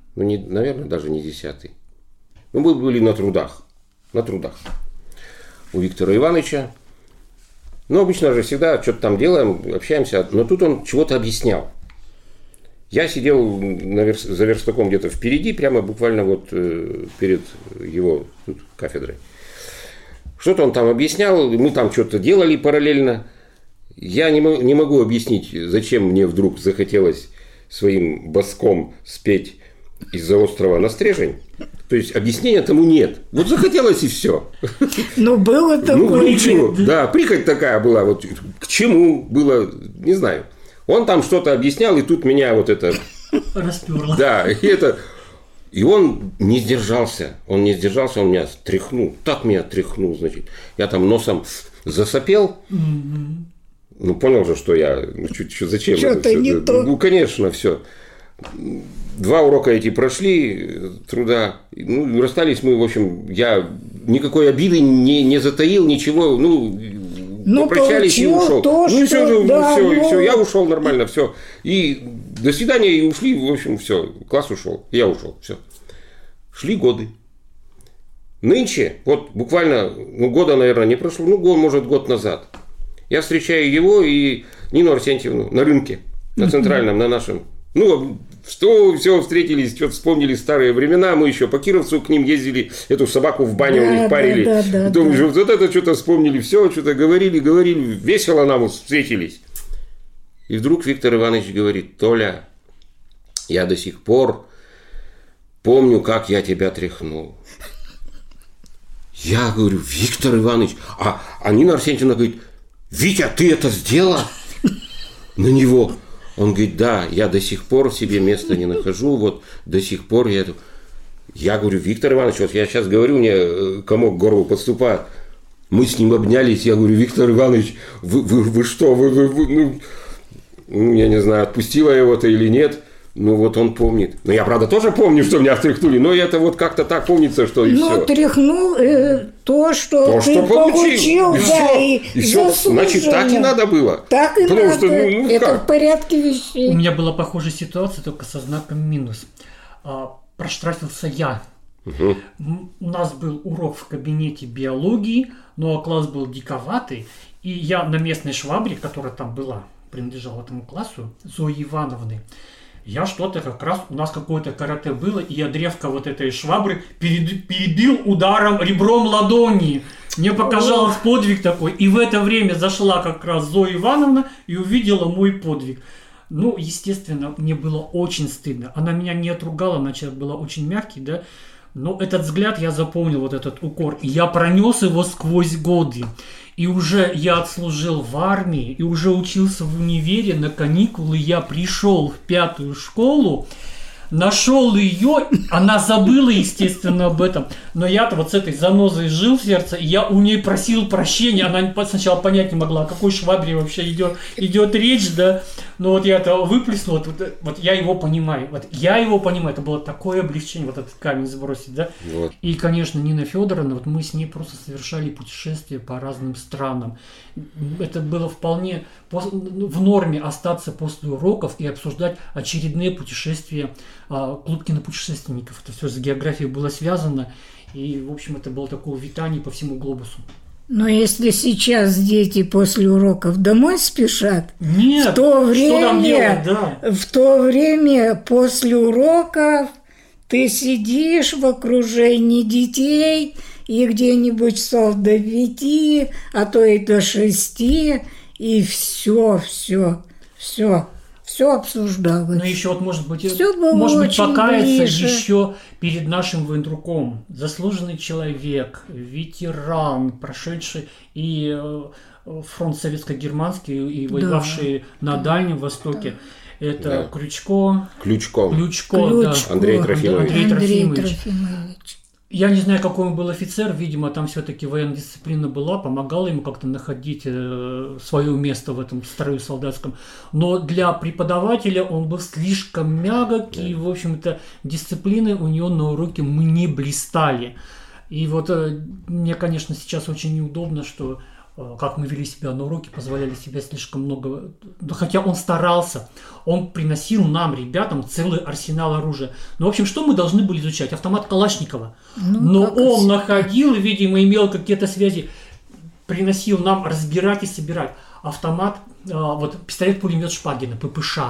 Speaker 3: Ну, не, наверное, даже не десятый. Ну, мы были на трудах. На трудах. У Виктора Ивановича. Ну, обычно же всегда что-то там делаем, общаемся. Но тут он чего-то объяснял. Я сидел на верс... за верстаком где-то впереди, прямо буквально вот э, перед его тут, кафедрой. Что-то он там объяснял, мы там что-то делали параллельно. Я не, м- не могу объяснить, зачем мне вдруг захотелось своим баском спеть из-за острова на Стрежень. То есть объяснения тому нет. Вот захотелось и все.
Speaker 1: Ну, было такое.
Speaker 3: Ну, ничего. Да, прихоть такая была. Вот к чему было, не знаю. Он там что-то объяснял, и тут меня вот это...
Speaker 2: Расперло.
Speaker 3: Да, и это... И он не сдержался. Он не сдержался, он меня тряхнул. Так меня тряхнул, значит. Я там носом засопел. Mm-hmm. Ну, понял же, что я... Ну, чуть, чуть, зачем
Speaker 1: Что-то
Speaker 3: это
Speaker 1: не
Speaker 3: все?
Speaker 1: то.
Speaker 3: Ну, конечно, все. Два урока эти прошли, труда. Ну, расстались мы, в общем, я никакой обиды не, не затаил, ничего. Ну,
Speaker 1: ну
Speaker 3: попрощались и ушел.
Speaker 1: То,
Speaker 3: ну, и все,
Speaker 1: что,
Speaker 3: ну,
Speaker 1: да,
Speaker 3: все,
Speaker 1: ну...
Speaker 3: и все. Я ушел нормально, все. И до свидания, и ушли, в общем, все. Класс ушел, я ушел, все. Шли годы. Нынче, вот буквально, ну, года, наверное, не прошло, ну, год, может, год назад. Я встречаю его и Нину Арсентьевну на рынке, на центральном, на нашем. Ну, что, все, встретились, что-то вспомнили старые времена. Мы еще по Кировцу к ним ездили, эту собаку в баню
Speaker 1: да,
Speaker 3: у них парили.
Speaker 1: Да, да, да,
Speaker 3: Потом
Speaker 1: да.
Speaker 3: вот это что-то вспомнили, все, что-то говорили, говорили. Весело нам встретились. И вдруг Виктор Иванович говорит: Толя, я до сих пор помню, как я тебя тряхнул. Я говорю: Виктор Иванович, а, а Нина Арсентьевна говорит: Витя, ты это сделала? На него. Он говорит: да, я до сих пор себе места не нахожу, вот до сих пор я... Я говорю: Виктор Иванович, вот я сейчас говорю, мне комок к горлу подступает. Мы с ним обнялись, я говорю: Виктор Иванович, вы, вы, вы что, вы, вы, вы ну, ну, я не знаю, отпустила его-то или нет. Ну, вот он помнит. Ну, я, правда, тоже помню, что меня тряхнули, но это вот как-то так помнится, что и
Speaker 1: ну,
Speaker 3: все.
Speaker 1: Ну, тряхнул э, то, что
Speaker 3: то,
Speaker 1: ты
Speaker 3: что
Speaker 1: получил,
Speaker 3: получил, и
Speaker 1: да,
Speaker 3: все.
Speaker 1: и,
Speaker 3: и все. Значит, так и надо было.
Speaker 1: Так и
Speaker 3: Потому
Speaker 1: надо.
Speaker 3: Что, ну, ну,
Speaker 1: это
Speaker 3: как?
Speaker 1: в порядке вещей.
Speaker 2: У меня была похожая ситуация, только со знаком минус. А, проштрафился я.
Speaker 3: Угу.
Speaker 2: У нас был урок в кабинете биологии, но класс был диковатый, и я на местной швабре, которая там была, принадлежала этому классу, Зои Ивановны, я что-то как раз, у нас какое-то карате было, и я древко вот этой швабры перебил ударом ребром ладони. Мне показалось подвиг такой. И в это время зашла как раз Зоя Ивановна и увидела мой подвиг. Ну, естественно, мне было очень стыдно. Она меня не отругала, она человек была очень мягкий, да. Но этот взгляд я запомнил, вот этот укор. И я пронес его сквозь годы. И уже я отслужил в армии, и уже учился в универе на каникулы. Я пришел в пятую школу, нашел ее, она забыла, естественно, об этом. Но я-то вот с этой занозой жил в сердце, и я у нее просил прощения. Она сначала понять не могла, о какой швабре вообще идет, идет речь, да. Но вот я это выплеснул, вот, вот, вот я его понимаю. Вот я его понимаю, это было такое облегчение, вот этот камень сбросить, да.
Speaker 3: Вот.
Speaker 2: И, конечно, Нина Федоровна, вот мы с ней просто совершали путешествия по разным странам. Это было вполне в норме остаться после уроков и обсуждать очередные путешествия клуб кинопутешественников. Это все с географией было связано. И, в общем, это было такое витание по всему глобусу.
Speaker 1: Но если сейчас дети после уроков домой спешат,
Speaker 2: Нет,
Speaker 1: в то время,
Speaker 2: что там делать, да.
Speaker 1: в то время после уроков ты сидишь в окружении детей и где-нибудь часов до пяти, а то и до шести, и все, все, все. Все обсуждалось.
Speaker 2: Но еще вот, может быть,
Speaker 1: Все было
Speaker 2: может быть
Speaker 1: очень
Speaker 2: покаяться
Speaker 1: ближе.
Speaker 2: еще перед нашим военруком. Заслуженный человек, ветеран, прошедший и фронт советско-германский, и воевавший да. на да. Дальнем Востоке. Да. Это да. Крючко.
Speaker 3: Ключко.
Speaker 2: Ключко,
Speaker 1: Ключко.
Speaker 2: да.
Speaker 3: Андрей Трофимович.
Speaker 2: Андрей Трофимович.
Speaker 1: Андрей Трофимович.
Speaker 2: Я не знаю, какой он был офицер, видимо, там все-таки военная дисциплина была, помогала ему как-то находить э, свое место в этом строю солдатском. Но для преподавателя он был слишком мягок, да. и, в общем-то, дисциплины у него на уроке мы не блистали. И вот э, мне, конечно, сейчас очень неудобно, что как мы вели себя на уроке, позволяли себе слишком много. Хотя он старался, он приносил нам, ребятам, целый арсенал оружия. Ну, в общем, что мы должны были изучать? Автомат Калашникова. Ну, но он находил, видимо, имел какие-то связи, приносил нам разбирать и собирать. Автомат, вот пистолет-пулемет Шпагина, ППШ.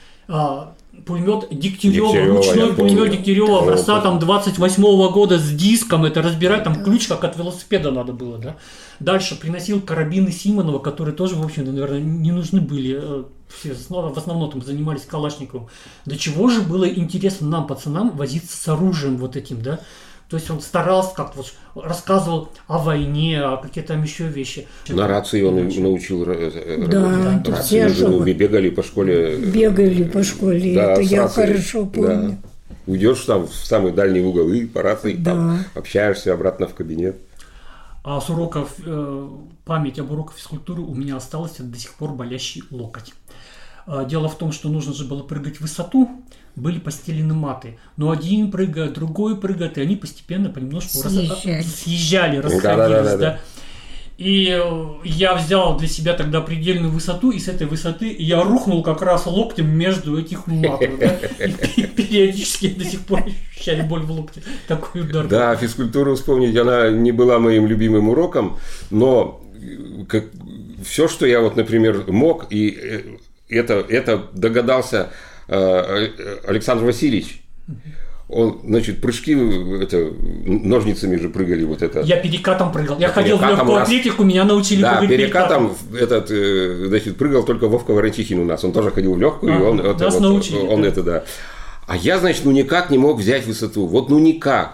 Speaker 2: Пулемет Дегтярева,
Speaker 3: Дегтярева,
Speaker 2: ручной пулемет Дегтярева, образца
Speaker 3: да,
Speaker 2: там двадцать восьмого года с диском, это разбирать, там ключ как от велосипеда надо было, да. Дальше приносил карабины Симонова, которые тоже, в общем-то, наверное, не нужны были, все в основном там занимались Калашниковым. До чего же было интересно нам, пацанам, возиться с оружием вот этим, да. То есть он старался, как-то вот рассказывал о войне, о какие-то там еще вещи.
Speaker 3: На рации он научил.
Speaker 1: Да,
Speaker 3: рации же мы бегали по школе.
Speaker 1: Бегали по школе, да, это я рацией, хорошо помню.
Speaker 3: Да. Уйдешь там в самый дальний угол и по рации да. там общаешься обратно в кабинет.
Speaker 2: А с уроков, э, память об уроках физкультуры у меня осталась до сих пор болящий локоть. Дело в том, что нужно же было прыгать в высоту, были постелены маты. Но один прыгает, другой прыгает, и они постепенно понемножку съезжали, раз... съезжали расходились. Да, да, да, да. Да. И я взял для себя тогда предельную высоту, и с этой высоты я рухнул как раз локтем между этих матов. Да? И периодически до сих пор ощущали боль в локте. Такой удар.
Speaker 3: Да, физкультуру вспомнить, она не была моим любимым уроком, но как... все, что я вот, например, мог, и это, это догадался Александр Васильевич. Он, значит, прыжки, это, ножницами же прыгали вот это.
Speaker 2: Я перекатом прыгал. Я ходил в легкую атлетику, меня научили
Speaker 3: да,
Speaker 2: прыгать
Speaker 3: перекатом. перекатом. Этот, значит, прыгал только Вовка Ворончихин у нас. Он тоже ходил в легкую, а, и он,
Speaker 2: нас
Speaker 3: это, вот,
Speaker 2: научили,
Speaker 3: он
Speaker 2: да.
Speaker 3: это, да. А я, значит, ну никак не мог взять высоту. Вот ну никак.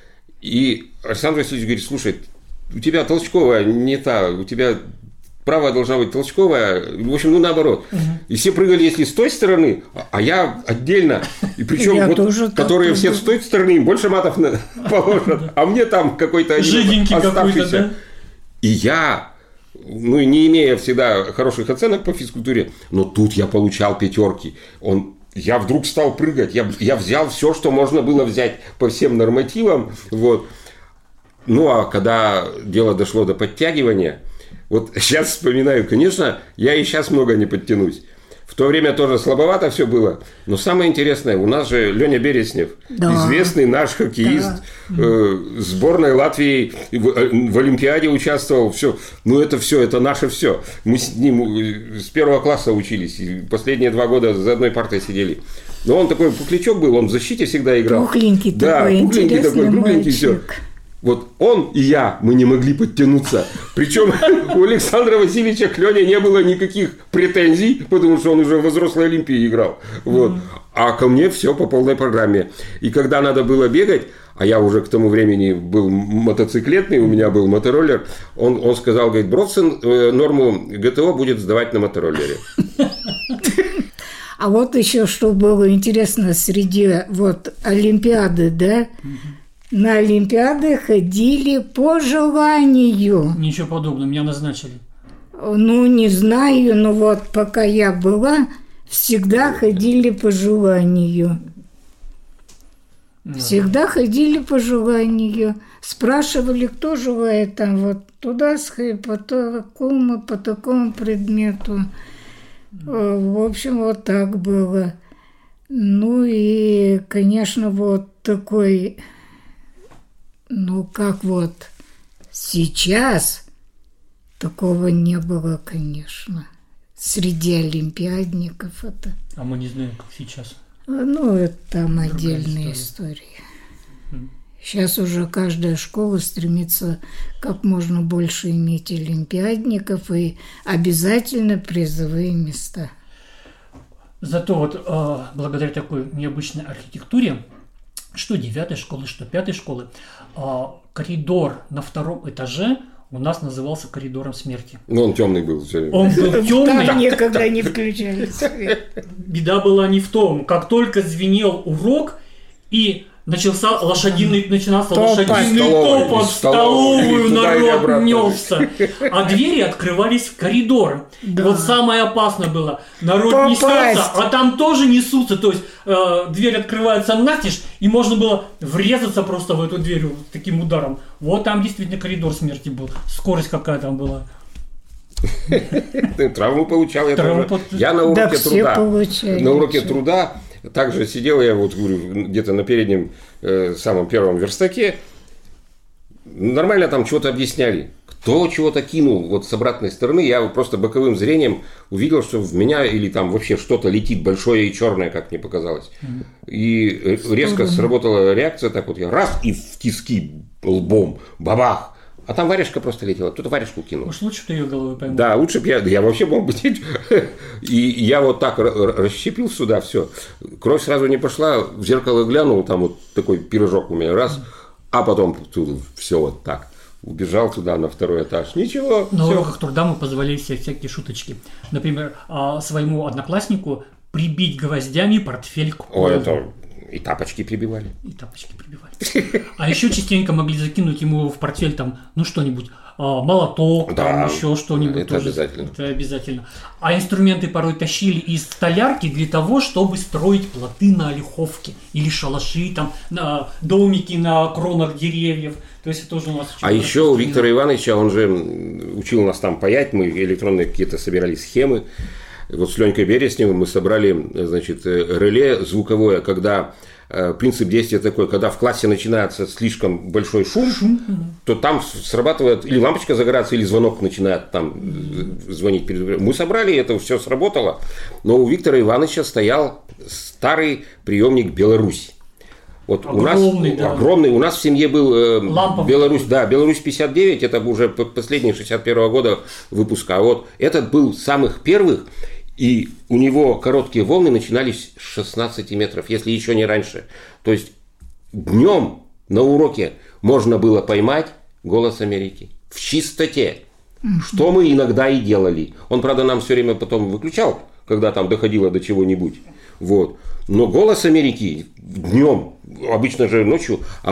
Speaker 3: И Александр Васильевич говорит, слушай, у тебя толчковая не та, у тебя правая должна быть толчковая, в общем, ну наоборот. Угу. И все прыгали, если с той стороны, а я отдельно. И причем вот, которые все с той стороны, им больше матов положат, а мне там какой-то один оставшийся. И я, ну не имея всегда хороших оценок по физкультуре, но тут я получал пятерки. Он Я вдруг стал прыгать, я, я взял все, что можно было взять по всем нормативам. Вот. Ну, а когда дело дошло до подтягивания, вот сейчас вспоминаю, конечно, я и сейчас много не подтянусь. В то время тоже слабовато все было. Но самое интересное, у нас же Леня Береснев, да. известный наш хоккеист, да. э, сборной Латвии в, в Олимпиаде участвовал. Все. Ну, это все, это наше все. Мы с ним с первого класса учились. И последние два года за одной партой сидели. Но он такой пухлячок был, он в защите всегда играл.
Speaker 1: Пухленький
Speaker 3: да,
Speaker 1: такой,
Speaker 3: пухленький такой, кругленький, все. Вот он и я, мы не могли подтянуться. Причем у Александра Васильевича к Лене не было никаких претензий, потому что он уже в взрослой Олимпии играл. Вот. А ко мне все по полной программе. И когда надо было бегать, а я уже к тому времени был мотоциклетный, у меня был мотороллер, он, он сказал, говорит, Бровцин норму ГТО будет сдавать на мотороллере.
Speaker 1: А вот еще что было интересно среди вот Олимпиады, да? На Олимпиады ходили по желанию.
Speaker 2: Ничего подобного, меня назначили.
Speaker 1: Ну, не знаю, но вот пока я была, всегда ходили по желанию. Всегда ходили по желанию. Спрашивали, кто желает там вот туда сходить, по такому, по такому предмету. В общем, вот так было. Ну и, конечно, вот такой... Ну, как вот сейчас такого не было, конечно, среди олимпиадников это.
Speaker 2: А мы не знаем, как сейчас.
Speaker 1: Ну, это там отдельная история. история. Mm. Сейчас уже каждая школа стремится как можно больше иметь олимпиадников и обязательно призовые места.
Speaker 2: Зато вот благодаря такой необычной архитектуре, что девятой школы, что пятой школы, коридор на втором этаже у нас назывался коридором смерти.
Speaker 3: Ну, он темный был.
Speaker 2: Он был темный.
Speaker 1: Там никогда не включали свет.
Speaker 2: Беда была не в том. Как только звенел урок и начался лошадиный, начинался лошадиный топот, в столовую народ несся, а двери открывались в коридор. Да. И вот самое опасное было, народ Попасть. несется, а там тоже несутся, то есть э, дверь открывается настежь, и можно было врезаться просто в эту дверь таким ударом. Вот там действительно коридор смерти был, скорость какая там была.
Speaker 3: Травму получал я
Speaker 2: Травму
Speaker 3: тоже.
Speaker 2: под-
Speaker 3: Я на уроке
Speaker 1: Да, все
Speaker 3: труда.
Speaker 1: получали.
Speaker 3: На уроке
Speaker 1: Всё.
Speaker 3: труда также сидел я, вот говорю, где-то на переднем, э, самом первом верстаке. Нормально там чего-то объясняли. Кто чего-то кинул вот с обратной стороны, я вот просто боковым зрением увидел, что в меня или там вообще что-то летит большое и черное, как мне показалось. И резко сработала реакция, так вот я раз и в тиски лбом, бабах. А там варежка просто летела, кто-то варежку кинул.
Speaker 2: Уж лучше ты ее головой поймал.
Speaker 3: Да, лучше бы я, я вообще мог быть. И я вот так р- расщепил сюда все. Кровь сразу не пошла, в зеркало глянул, там вот такой пирожок у меня раз, а потом тут все вот так. Убежал туда на второй этаж. Ничего.
Speaker 2: На
Speaker 3: всё.
Speaker 2: уроках труда мы позволяли себе всякие шуточки. Например, а, своему однокласснику прибить гвоздями портфель к полу.
Speaker 3: О, это и тапочки прибивали.
Speaker 2: И тапочки прибивали. А еще частенько могли закинуть ему в портфель там, ну что-нибудь, а, молоток,
Speaker 3: Да,
Speaker 2: там еще что-нибудь.
Speaker 3: это
Speaker 2: тоже.
Speaker 3: обязательно.
Speaker 2: Это обязательно. А инструменты порой тащили из столярки для того, чтобы строить плоты на олеховке или шалаши, там, на домики на кронах деревьев. То есть это тоже у нас очень
Speaker 3: А еще у
Speaker 2: распространено.
Speaker 3: Виктора Ивановича, он же учил нас там паять, мы электронные какие-то собирали схемы. Вот с Ленькой Бересневым мы собрали, значит, реле звуковое, когда э, принцип действия такой, когда в классе начинается слишком большой шум, шум. то там срабатывает или лампочка загорается, или звонок начинает там звонить. Перед... Мы собрали, это все сработало, но у Виктора Ивановича стоял старый приемник «Беларусь». Вот
Speaker 2: Огромный,
Speaker 3: у нас
Speaker 2: да.
Speaker 3: огромный, у нас в семье был э,
Speaker 2: Ламповый.
Speaker 3: Беларусь, да, Беларусь пятьдесят девять, это уже п- последний шестьдесят первого года выпуска. А вот этот был самых первых, и у него короткие волны начинались с шестнадцати метров, если еще не раньше. То есть днем на уроке можно было поймать голос Америки в чистоте, что мы иногда и делали. Он, правда, нам все время потом выключал, когда там доходило до чего-нибудь. Вот. Но голос Америки днем, обычно же ночью, а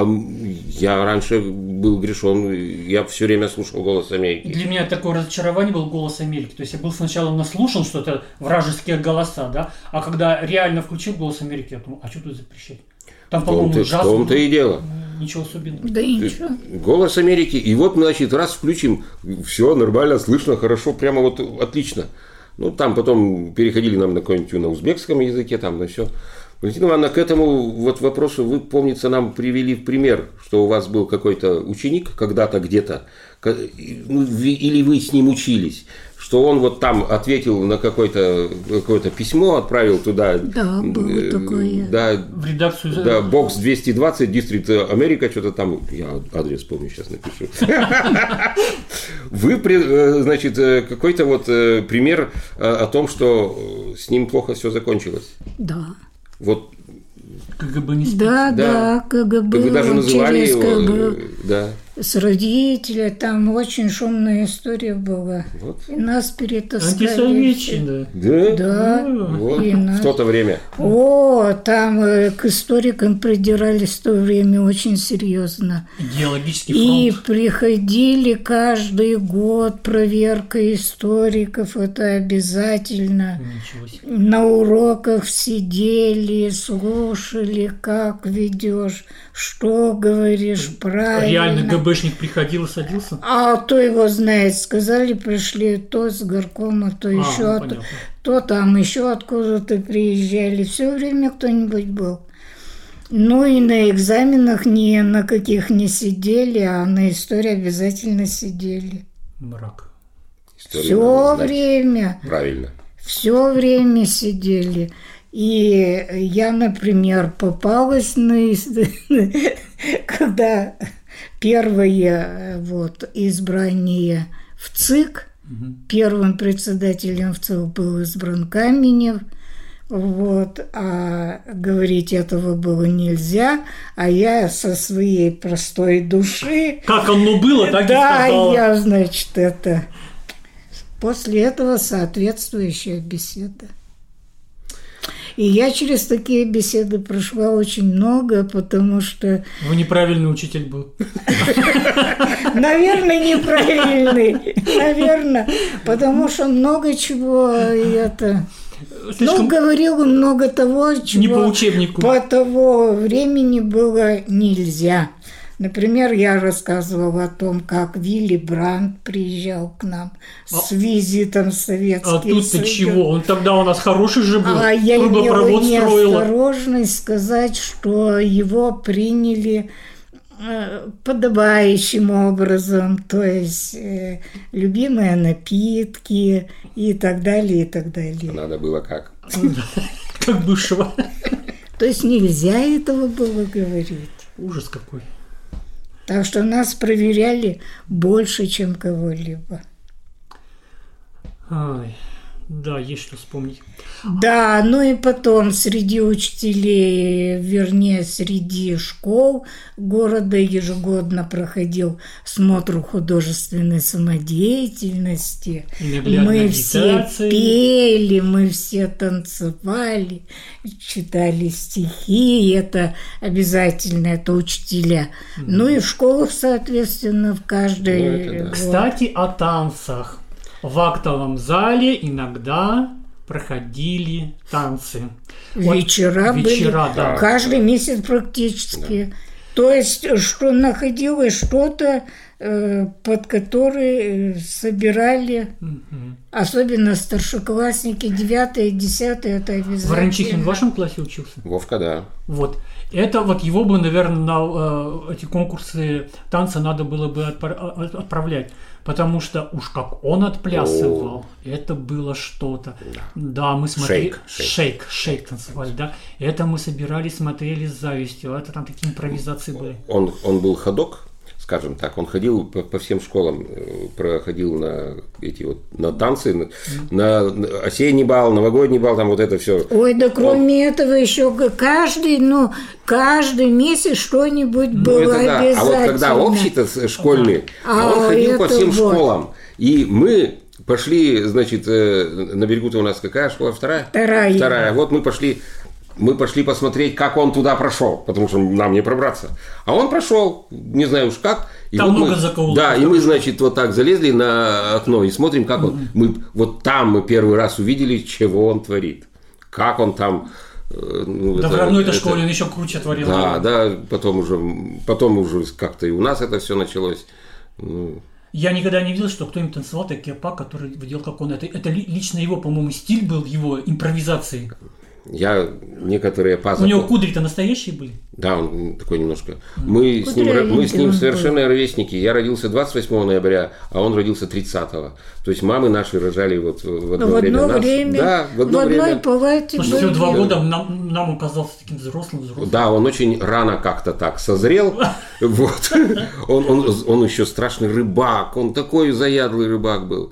Speaker 3: я раньше был грешен, я все время слушал голос Америки.
Speaker 2: Для меня такое разочарование был голос Америки. То есть я был сначала наслушан, что это вражеские голоса, да, а когда реально включил голос Америки, я думал, а что тут запрещать? Там,
Speaker 3: В
Speaker 2: по-моему,
Speaker 3: том-то, в
Speaker 2: джаз.
Speaker 3: том-то и дело.
Speaker 2: Ничего особенного.
Speaker 1: Да и ничего.
Speaker 3: Голос Америки. И вот мы, значит, раз включим, все нормально, слышно, хорошо, прямо вот отлично. Ну, там потом переходили нам на какой-нибудь на узбекском языке, там, на все. Валентина Ивановна, к этому вот вопросу вы, помнится, нам привели в пример, что у вас был какой-то ученик когда-то где-то, или вы с ним учились, что он вот там ответил на какое-то, какое-то письмо, отправил туда.
Speaker 1: Да, было такое.
Speaker 3: Да,
Speaker 2: В редакцию.
Speaker 3: да, бокс двести двадцать, Дистрикт Америка, что-то там, я адрес помню, сейчас напишу. Вы, значит, какой-то вот пример о том, что с ним плохо все закончилось.
Speaker 1: Да.
Speaker 3: Вот.
Speaker 2: КГБ не спит.
Speaker 1: Да,
Speaker 3: Да.
Speaker 1: да, КГБ.
Speaker 3: Вы даже называли
Speaker 1: через
Speaker 3: его.
Speaker 1: КГБ.
Speaker 3: Да.
Speaker 1: С родителя, там очень шумная история была.
Speaker 3: Вот.
Speaker 1: И нас перетаскали.
Speaker 2: Антисоветчина.
Speaker 3: Да?
Speaker 1: Да,
Speaker 3: Вот.
Speaker 1: и нас.
Speaker 3: В то-то время.
Speaker 1: О, там э, к историкам придирались в то время очень серьезно.
Speaker 2: Идеологический
Speaker 1: И
Speaker 2: фронт.
Speaker 1: приходили каждый год проверка историков, это обязательно.
Speaker 2: Ничего себе.
Speaker 1: На уроках сидели, слушали, как ведешь, что говоришь правильно.
Speaker 2: Реально ГБшник приходил и садился?
Speaker 1: А кто его знает, сказали, пришли то с горкома, то
Speaker 2: А,
Speaker 1: еще,
Speaker 2: ну,
Speaker 1: от-
Speaker 2: понятно.
Speaker 1: то там еще откуда-то приезжали. Все время кто-нибудь был. Ну и на экзаменах ни на каких не сидели, а на истории обязательно сидели.
Speaker 2: Мрак.
Speaker 3: Историю
Speaker 1: Все
Speaker 3: надо знать.
Speaker 1: время.
Speaker 3: Правильно.
Speaker 1: Все время сидели. И я, например, попалась на... когда первое вот, избрание в ЦИК, первым председателем в ЦИК был избран Каменев, вот, а говорить этого было нельзя, а я со своей простой души...
Speaker 2: Как оно было, так и
Speaker 1: Да,
Speaker 2: сказала.
Speaker 1: я, значит, это... После этого соответствующая беседа. И я через такие беседы прошла очень много, потому что,
Speaker 2: Вы неправильный учитель был.
Speaker 1: наверное, неправильный, наверное, потому что много чего и это... Ну,
Speaker 2: Слишком
Speaker 1: говорил много того, чего
Speaker 2: не по учебнику.
Speaker 1: по того времени было нельзя. Например, я рассказывала о том, как Вилли Брандт приезжал к нам с визитом в Советский
Speaker 2: А тут-то
Speaker 1: Союз.
Speaker 2: чего? Он тогда у нас хороший же был.
Speaker 1: А я
Speaker 2: Трубопровод
Speaker 1: имела
Speaker 2: строила.
Speaker 1: неосторожность сказать, что его приняли э, подобающим образом, то есть э, любимые напитки и так далее, и так далее.
Speaker 3: Надо было как?
Speaker 2: Как бывшего.
Speaker 1: То есть нельзя этого было говорить.
Speaker 2: Ужас какой.
Speaker 1: Так что нас проверяли больше, чем кого-либо.
Speaker 2: Ай, да, есть что вспомнить.
Speaker 1: Да, ну и потом среди учителей, вернее, среди школ города ежегодно проходил смотр художественной самодеятельности.
Speaker 2: Иногда
Speaker 1: Мы все
Speaker 2: агитации.
Speaker 1: пели, мы все танцевали, читали стихи, это обязательно, это учителя. Mm. Ну и в школах, соответственно, в каждой...
Speaker 3: Ну, это да.
Speaker 1: вот.
Speaker 2: Кстати, о танцах. В актовом зале иногда проходили танцы.
Speaker 1: Вечера,
Speaker 2: Вот,
Speaker 1: были
Speaker 2: вечера, да.
Speaker 1: каждый месяц практически. Да. То есть, что находилось что-то, э, под которое собирали, угу. особенно старшеклассники, девятые, десятые, это обязательно.
Speaker 2: Ворончихин в вашем классе учился?
Speaker 3: Вовка, да.
Speaker 2: Вот. Это вот его бы, наверное, на э, эти конкурсы танца надо было бы отпра- отправлять. Потому что уж как он отплясывал, О. это было что-то. Да, да мы смотрели...
Speaker 3: Шейк, шейк.
Speaker 2: Шейк, шейк танцевали, да. Это мы собирались, смотрели с завистью. Это там такие импровизации были.
Speaker 3: Он, он был ходок, скажем так. Он ходил по, по всем школам, проходил на эти вот на танцы, mm. на, на осенний бал, новогодний бал, там вот это все.
Speaker 1: Ой, да кроме он... этого еще каждый, ну, каждый месяц что-нибудь ну, было
Speaker 3: да.
Speaker 1: обязательно.
Speaker 3: А вот когда общий-то школьный,
Speaker 1: а,
Speaker 3: он ходил по всем
Speaker 1: вот.
Speaker 3: школам. И мы пошли, значит, на берегу-то у нас какая школа? Вторая?
Speaker 1: Вторая.
Speaker 3: Вторая. Вот мы пошли... Мы пошли посмотреть, как он туда прошел, потому что нам не пробраться. А он прошел, не знаю уж как. И
Speaker 2: там
Speaker 3: вот
Speaker 2: много
Speaker 3: мы,
Speaker 2: закоулков.
Speaker 3: Да, и мы, значит, вот так залезли на окно и смотрим, как он. Mm-hmm. Мы, вот там мы первый раз увидели, чего он творит. Как он там...
Speaker 2: Ну, да, это, в родной-то это, школе он еще круче творил.
Speaker 3: Да, да, потом уже, потом уже как-то и у нас это все началось. Ну...
Speaker 2: Я никогда не видел, что кто-нибудь танцевал такие па, который делал как он. Это, это лично его, по-моему, стиль был, его импровизации.
Speaker 3: Я некоторые пазы.
Speaker 2: У него кудри-то настоящие были?
Speaker 3: Да, он такой немножко. Мы с ним, мы с ним совершенно ровесники. Я родился двадцать восьмого ноября, а он родился тридцатого. То есть мамы наши рожали вот в одно,
Speaker 1: в одно
Speaker 3: время, нас.
Speaker 1: время.
Speaker 3: Да, в одно
Speaker 1: в
Speaker 3: время.
Speaker 1: одной палате.
Speaker 2: Слушайте, в два года нам, нам он казался таким взрослым, взрослым.
Speaker 3: Да, он очень рано как-то так созрел. Вот. Он, он, он еще страшный рыбак. Он такой заядлый рыбак был.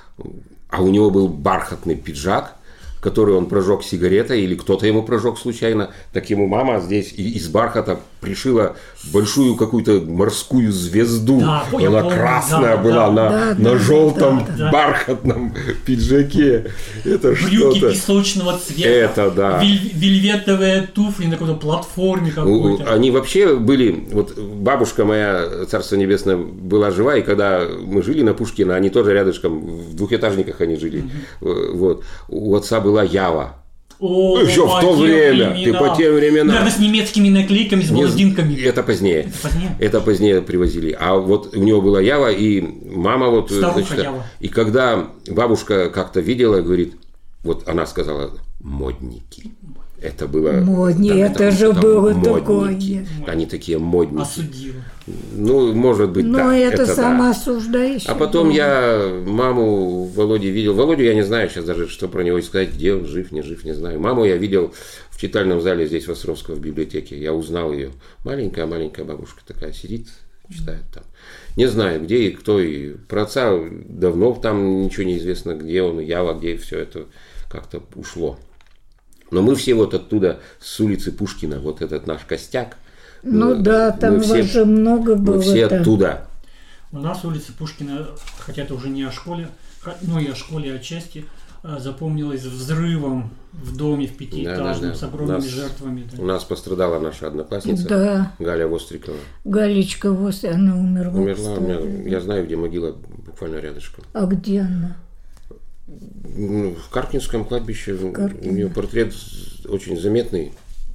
Speaker 3: А у него был бархатный пиджак, который он прожег сигаретой, или кто-то ему прожег случайно, так ему мама здесь из бархата пришила большую какую-то морскую звезду. Да, она помню, красная да, была да, на,
Speaker 1: да,
Speaker 3: на
Speaker 1: да,
Speaker 3: желтом
Speaker 1: да,
Speaker 3: бархатном пиджаке. Это
Speaker 2: брюки
Speaker 3: что-то...
Speaker 2: песочного цвета.
Speaker 3: Это да.
Speaker 2: Вель- вельветовые туфли на какой-то платформе какой-то.
Speaker 3: Они вообще были... Вот бабушка моя, царство небесное, была жива, и когда мы жили на Пушкина, они тоже рядышком, в двухэтажниках они жили. Mm-hmm. Вот. У отца была Ява.
Speaker 2: О,
Speaker 3: еще в то время,
Speaker 2: времена.
Speaker 3: Ты по тем временам.
Speaker 2: Наверное, с немецкими наклейками, с блондинками.
Speaker 3: Это позднее.
Speaker 2: Это позднее.
Speaker 3: Это позднее привозили. А вот у него была Ява, и мама вот...
Speaker 2: Старуха
Speaker 3: значит,
Speaker 2: Ява.
Speaker 3: И когда бабушка как-то видела, говорит, вот она сказала, модники. Это было...
Speaker 1: Модни, да, это, это же это было модники. Такое.
Speaker 3: Они такие модники.
Speaker 2: Осудила.
Speaker 3: Ну, может быть,
Speaker 1: но
Speaker 3: да.
Speaker 1: Но это, это
Speaker 3: Да.
Speaker 1: самоосуждающее.
Speaker 3: А потом я маму Володи видел. Володю я не знаю сейчас даже, что про него сказать, где он, жив, не жив, не знаю. Маму я видел в читальном зале здесь, в Островском, в библиотеке. Я узнал ее. Маленькая-маленькая бабушка такая сидит, читает там. Не знаю, где и кто. И про отца давно там ничего не известно, где он, Ява, где все это как-то ушло. Но мы все вот оттуда, с улицы Пушкина, вот этот наш костяк.
Speaker 1: Ну мы, да, там
Speaker 3: все,
Speaker 1: же много было.
Speaker 3: Мы все
Speaker 1: там.
Speaker 3: оттуда.
Speaker 2: У нас улица Пушкина, хотя это уже не о школе, ну и о школе отчасти, запомнилась взрывом в доме в пятиэтажном, да, да, да. с огромными нас, жертвами. Да.
Speaker 3: У нас пострадала наша одноклассница,
Speaker 1: да.
Speaker 3: Галя Вострикова.
Speaker 1: Галечка Вострикова, она умерла.
Speaker 3: Умерла, у меня, я знаю, где могила, буквально рядышком.
Speaker 1: А где она?
Speaker 3: В Каркинском кладбище.
Speaker 1: Каркино.
Speaker 3: У нее портрет очень заметный.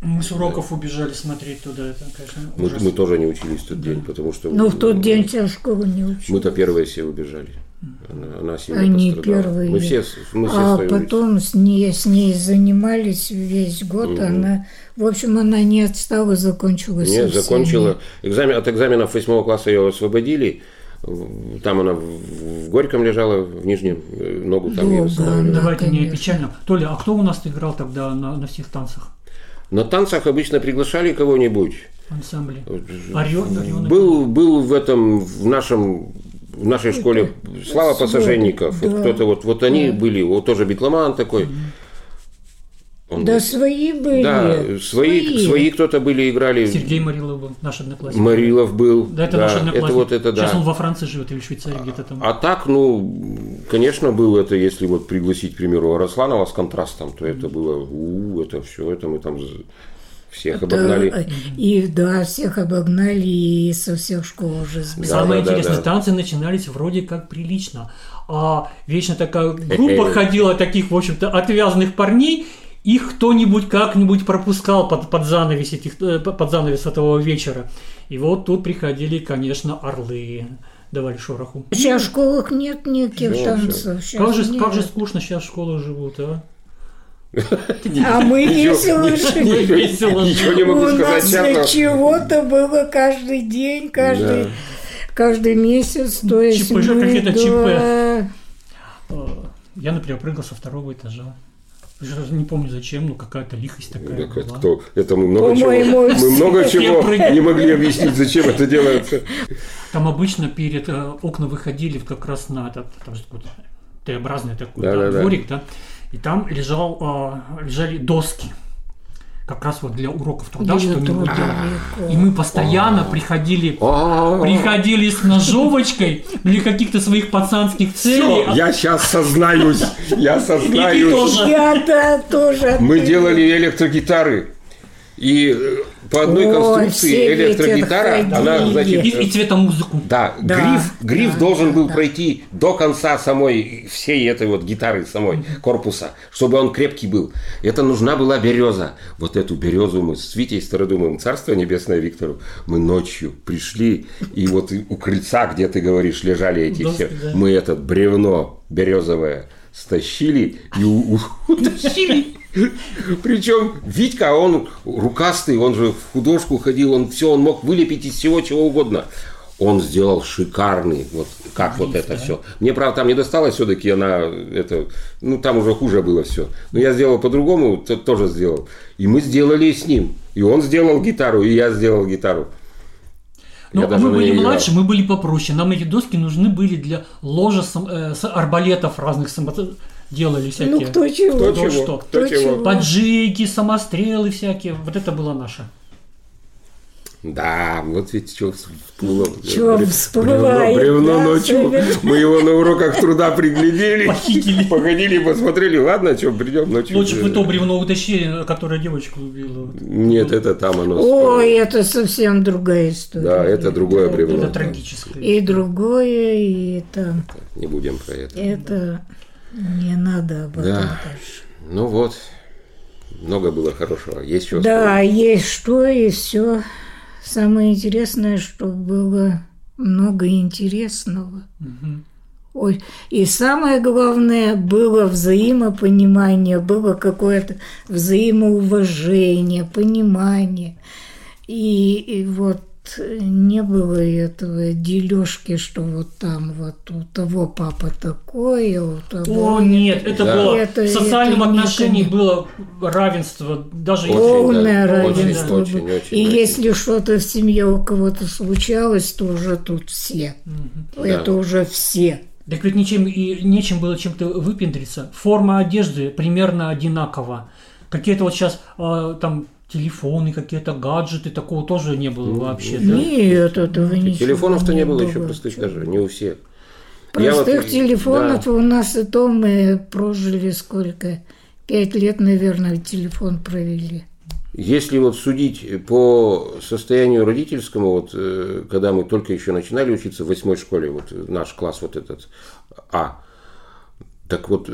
Speaker 2: Мы с уроков убежали смотреть туда, это, конечно,
Speaker 3: Мы,
Speaker 2: ужасно.
Speaker 3: мы тоже не учились в тот день, потому что...
Speaker 1: Ну, в тот день тебя в школу не учили.
Speaker 3: Мы-то первые все убежали. Она, она сильно
Speaker 1: Они
Speaker 3: пострадала.
Speaker 1: первые.
Speaker 3: Мы все, мы все
Speaker 1: А
Speaker 3: стояли.
Speaker 1: потом с ней, с ней занимались весь год.
Speaker 3: Угу.
Speaker 1: Она, в общем, она не отстала, закончила.
Speaker 3: Нет,
Speaker 1: со
Speaker 3: закончила.
Speaker 1: всеми.
Speaker 3: Экзамен, от экзаменов восьмого класса ее освободили. Там она в, в Горьком лежала, в Нижнем, ногу там ее
Speaker 1: Долго
Speaker 3: восстановили.
Speaker 1: она.
Speaker 2: Давайте не
Speaker 1: конечно.
Speaker 2: печально. Толя, а кто у нас играл тогда на, на всех танцах?
Speaker 3: На танцах обычно приглашали кого-нибудь.
Speaker 2: В ансамбле? Орён, Орён.
Speaker 3: Был, был в этом, в нашем, в нашей школе Слава Пассаженников.
Speaker 1: Да.
Speaker 3: Вот кто-то вот, вот они
Speaker 1: Да.
Speaker 3: были, вот тоже битломан такой. Он
Speaker 1: Да
Speaker 3: был-
Speaker 1: свои были.
Speaker 3: да, свои, свои кто-то были, играли.
Speaker 2: Сергей Марилов был, наш одноклассник.
Speaker 3: Марилов был.
Speaker 2: Да, это наш одноклассник.
Speaker 3: это вот это да.
Speaker 2: Сейчас он во Франции живет или в Швейцарии где-то там.
Speaker 3: А так, ну, конечно, было это, если вот пригласить, к примеру, Арасланова с контрастом, то это было, у, это все, это мы там всех
Speaker 1: Это,
Speaker 3: обогнали.
Speaker 1: И да, всех обогнали, и со всех школ уже сбили.
Speaker 3: Да,
Speaker 2: Самое
Speaker 3: да,
Speaker 2: интересное,
Speaker 3: да.
Speaker 2: танцы начинались вроде как прилично. А вечно такая группа ходила таких, в общем-то, отвязанных парней, их кто-нибудь как-нибудь пропускал под, под, занавес этих, э, под занавес этого вечера. И вот тут приходили, конечно, орлы, давали шороху.
Speaker 1: Сейчас в школах нет никаких
Speaker 3: Всё,
Speaker 1: танцев. Щас
Speaker 2: Как же,
Speaker 1: нет.
Speaker 2: как же скучно сейчас в школах живут, а?
Speaker 1: А мы
Speaker 3: Ничего-
Speaker 1: весело
Speaker 3: ничего-
Speaker 1: жили.
Speaker 2: Весело
Speaker 3: Ничего не могу
Speaker 1: У
Speaker 3: сказать
Speaker 1: нас
Speaker 3: честно.
Speaker 1: чего-то было каждый день, каждый,
Speaker 3: Да.
Speaker 1: каждый месяц. То есть
Speaker 2: ЧП,
Speaker 1: мы,
Speaker 2: какие-то
Speaker 1: да,
Speaker 2: ЧП. Э, Я, например, прыгал со второго этажа. Я даже не помню зачем, ну какая-то лихость такая
Speaker 3: Так это
Speaker 2: была.
Speaker 3: кто? Это мы много чего,
Speaker 1: По-моему,
Speaker 3: мы много
Speaker 2: все
Speaker 3: чего
Speaker 2: прыгали.
Speaker 3: не могли объяснить, зачем это делается.
Speaker 2: Там обычно перед э, окна выходили как раз на этот, там же какой-то Т-образный такой
Speaker 3: Да,
Speaker 2: да,
Speaker 3: да, да.
Speaker 2: дворик, да, и там лежал, э, лежали доски, как раз вот для уроков труда,
Speaker 1: Для
Speaker 2: что-нибудь
Speaker 1: труда,
Speaker 2: делать.
Speaker 1: легко.
Speaker 2: И мы постоянно приходили,
Speaker 3: А,
Speaker 2: приходили с ножовочкой для каких-то своих пацанских целей. а-
Speaker 3: Я сейчас сознаюсь, я
Speaker 2: И ты
Speaker 3: сознаюсь.
Speaker 2: тоже.
Speaker 1: Я да, тоже.
Speaker 3: Мы
Speaker 1: оттуда.
Speaker 3: делали электрогитары. И э, по одной
Speaker 1: Ой,
Speaker 3: конструкции
Speaker 1: все ведь
Speaker 3: электрогитара,
Speaker 1: это
Speaker 3: она,
Speaker 1: ходили.
Speaker 3: значит,
Speaker 2: И, и цветомузыку.
Speaker 3: да,
Speaker 1: Да,
Speaker 3: гриф, гриф
Speaker 1: да,
Speaker 3: должен
Speaker 1: да,
Speaker 3: был
Speaker 1: да.
Speaker 3: пройти до конца самой всей этой вот гитары, самой корпуса, чтобы он крепкий был. Это нужна была береза. Вот эту березу мы с Витей Стародумовым, царство небесное Виктору, мы ночью пришли, и вот и у крыльца, где ты говоришь, лежали эти
Speaker 2: Доски,
Speaker 3: все,
Speaker 2: да.
Speaker 3: мы этот бревно березовое стащили и у- у- утащили. Причем Витька, он рукастый, он же в художку ходил, он все, он мог вылепить из всего чего угодно. Он сделал шикарный, вот как вот это все. Мне, правда, там не досталось все-таки, она, это, ну, там уже хуже было все. Но я сделал по-другому, то- тоже сделал. И мы сделали с ним. И он сделал гитару, и я сделал гитару.
Speaker 2: Ну,
Speaker 3: Я даже
Speaker 2: мы
Speaker 3: на
Speaker 2: были
Speaker 3: ней играл.
Speaker 2: младше, мы были попроще. Нам эти доски нужны были для ложа сам- э, с арбалетов разных само- делали всякие.
Speaker 1: Ну, кто чего.
Speaker 3: Кто
Speaker 2: Ну,
Speaker 3: чего?
Speaker 2: что?
Speaker 3: Кто
Speaker 1: Кто
Speaker 3: чего?
Speaker 1: чего?
Speaker 2: Поджиги, самострелы всякие. Вот это было наше.
Speaker 3: Да, вот ведь что всплыло.
Speaker 1: Чё
Speaker 3: Бре-
Speaker 1: всплывает,
Speaker 3: Бревно, бревно
Speaker 1: да,
Speaker 3: ночью.
Speaker 1: особенно.
Speaker 3: Мы его на уроках труда приглядели.
Speaker 2: Похитили.
Speaker 3: Походили, посмотрели. Ладно, что, придем ночью.
Speaker 2: Лучше бы то бревно утащили, которое девочку убило. Вот.
Speaker 3: Нет, это там оно.
Speaker 1: Ой, это совсем другая история.
Speaker 3: Да, это другое бревно.
Speaker 2: Это
Speaker 3: да.
Speaker 2: трагическое.
Speaker 1: И другое, и это,
Speaker 3: Не будем про это.
Speaker 1: это не надо об этом
Speaker 3: Да.
Speaker 1: дальше.
Speaker 3: Ну вот, много было хорошего. Есть что
Speaker 1: Да, есть что, и все. Самое интересное, что было много интересного.
Speaker 2: Мгм.
Speaker 1: Ой, и самое главное, было взаимопонимание, было какое-то взаимоуважение, понимание. И, и вот не было этого дележки, что вот там вот у того папа такой, а у того...
Speaker 2: О, нет, это
Speaker 3: Да.
Speaker 2: было
Speaker 1: Это-
Speaker 2: в социальном
Speaker 1: это не-
Speaker 2: отношении
Speaker 1: это не-
Speaker 2: было равенство, даже
Speaker 3: Очень,
Speaker 2: если-
Speaker 1: Полное
Speaker 3: да,
Speaker 1: равенство.
Speaker 3: очень,
Speaker 1: было.
Speaker 3: очень,
Speaker 1: И
Speaker 3: очень.
Speaker 1: если что-то в семье у кого-то случалось, то уже тут все.
Speaker 2: Мгм.
Speaker 1: Это уже все.
Speaker 2: Так ведь ничем и нечем было чем-то выпендриться. Форма одежды примерно одинакова. Какие-то вот сейчас а, там телефоны, какие-то гаджеты, такого тоже не было вообще. Да?
Speaker 1: Нет, этого ничего
Speaker 3: Телефонов-то не было еще
Speaker 1: было.
Speaker 3: простых даже, не у всех. Я
Speaker 1: Простых
Speaker 3: вот-
Speaker 1: телефонов
Speaker 3: да.
Speaker 1: у нас и то мы прожили сколько? Пять лет, наверное, телефон провели.
Speaker 3: Если вот судить по состоянию родительскому, вот э, когда мы только еще начинали учиться в восьмой школе, вот наш класс вот этот А, так вот э,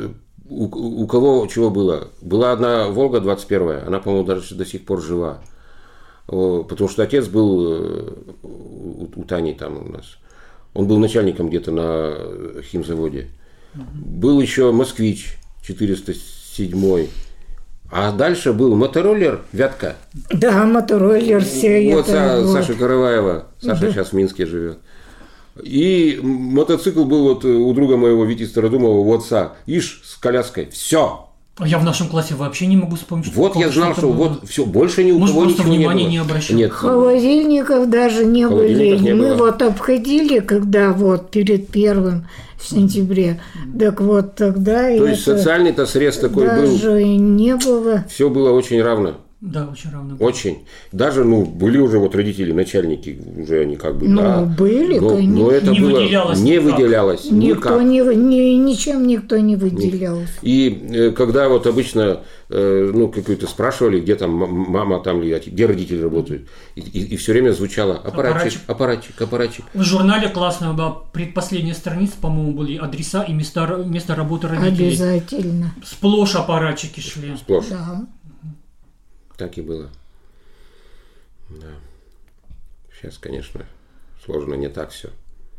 Speaker 3: у, у кого чего было? Была одна «Волга» двадцать первая, она, по-моему, даже до сих пор жива. Потому что отец был у, у Тани там у нас. Он был начальником где-то на химзаводе. Угу. Был еще «Москвич» четыреста седьмой. А дальше был мотороллер «Вятка».
Speaker 1: Да, мотороллер все
Speaker 3: вот
Speaker 1: это.
Speaker 3: Вот Саша Караваева. Саша да. сейчас в Минске живет. И мотоцикл был вот у друга моего Вити Стародумова, у отца. Ишь, с коляской. Все.
Speaker 2: Я в нашем классе вообще не могу вспомнить.
Speaker 3: Вот я знал, что, что вот все, больше ни у
Speaker 2: Может,
Speaker 3: кого ничего не было.
Speaker 2: внимания не обращал.
Speaker 3: Нет.
Speaker 1: Холодильников даже не были.
Speaker 3: Не
Speaker 1: Мы
Speaker 3: было.
Speaker 1: вот обходили, когда вот перед первым в сентябре. Так вот тогда...
Speaker 3: То есть социальный-то срез такой
Speaker 1: даже
Speaker 3: был.
Speaker 1: Даже не было.
Speaker 3: Все было очень равно.
Speaker 2: Да, очень равно. Было.
Speaker 3: Очень. Даже, ну, были уже вот родители, начальники, уже они как бы,
Speaker 1: ну,
Speaker 3: да.
Speaker 1: были,
Speaker 3: но,
Speaker 1: конечно.
Speaker 3: но это
Speaker 2: не
Speaker 3: было,
Speaker 2: выделялось
Speaker 3: не
Speaker 2: никак.
Speaker 3: выделялось
Speaker 1: никто
Speaker 3: никак.
Speaker 1: Не, ни, ничем никто не выделялся.
Speaker 3: И э, когда вот обычно, э, ну, какую-то спрашивали, где там мама, там, или где родители работают, и, и, и все время звучало аппаратчик, аппаратчик, аппаратчик.
Speaker 2: В журнале классно была предпоследняя страница, по-моему, были адреса и места, места работы родителей.
Speaker 1: Обязательно.
Speaker 2: Сплошь аппаратчики шли.
Speaker 3: Сплошь.
Speaker 1: Да.
Speaker 3: Так и было. Да. Сейчас, конечно, сложно не так все.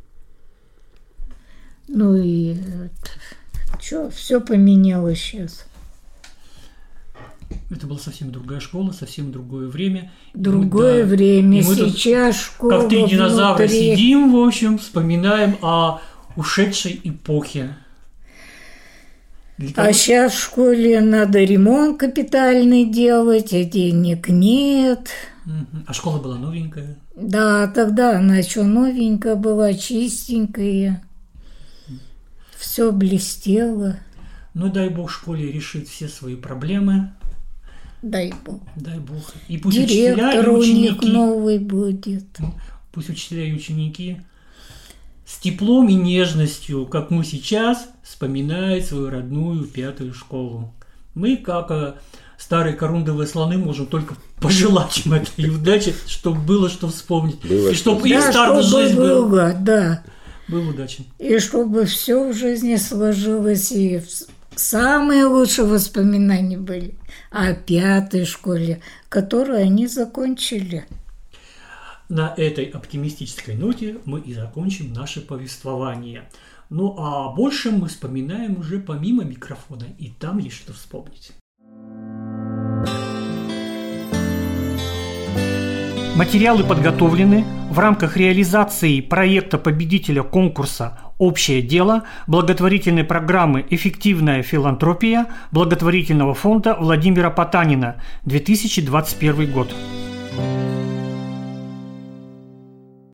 Speaker 1: Ну и что, все поменялось сейчас.
Speaker 2: Это была совсем другая школа, совсем другое время.
Speaker 1: Другое
Speaker 2: мы, да,
Speaker 1: время.
Speaker 2: мы
Speaker 1: Сейчас
Speaker 2: тут,
Speaker 1: школа
Speaker 2: как три динозавра
Speaker 1: внутри.
Speaker 2: сидим, в общем, вспоминаем о ушедшей эпохе.
Speaker 1: А сейчас в школе надо ремонт капитальный делать, а денег нет.
Speaker 2: А школа была новенькая.
Speaker 1: Да, тогда она еще новенькая была, чистенькая. Все блестело.
Speaker 2: Ну, дай бог школе решить все свои проблемы.
Speaker 1: Дай бог.
Speaker 2: Дай бог. И пусть
Speaker 1: Директор
Speaker 2: учителя и
Speaker 1: у
Speaker 2: ученики,
Speaker 1: них новый будет.
Speaker 2: Пусть учителя и ученики с теплом и нежностью, как мы сейчас, вспоминают свою родную пятую школу. Мы, как старые корундовые слоны, можем только пожелать им этой удачи, чтобы было что вспомнить.
Speaker 3: Было
Speaker 2: и чтобы
Speaker 1: да,
Speaker 2: их старт в жизнь был,
Speaker 1: было, да.
Speaker 2: был удачен.
Speaker 1: И чтобы все в жизни сложилось, и самые лучшие воспоминания были о пятой школе, которую они закончили.
Speaker 2: На этой оптимистической ноте мы и закончим наше повествование. Ну а больше мы вспоминаем уже помимо микрофона, и там есть что вспомнить. Материалы подготовлены в рамках реализации проекта победителя конкурса «Общее дело» благотворительной программы «Эффективная филантропия» благотворительного фонда Владимира Потанина, две тысячи двадцать первый год.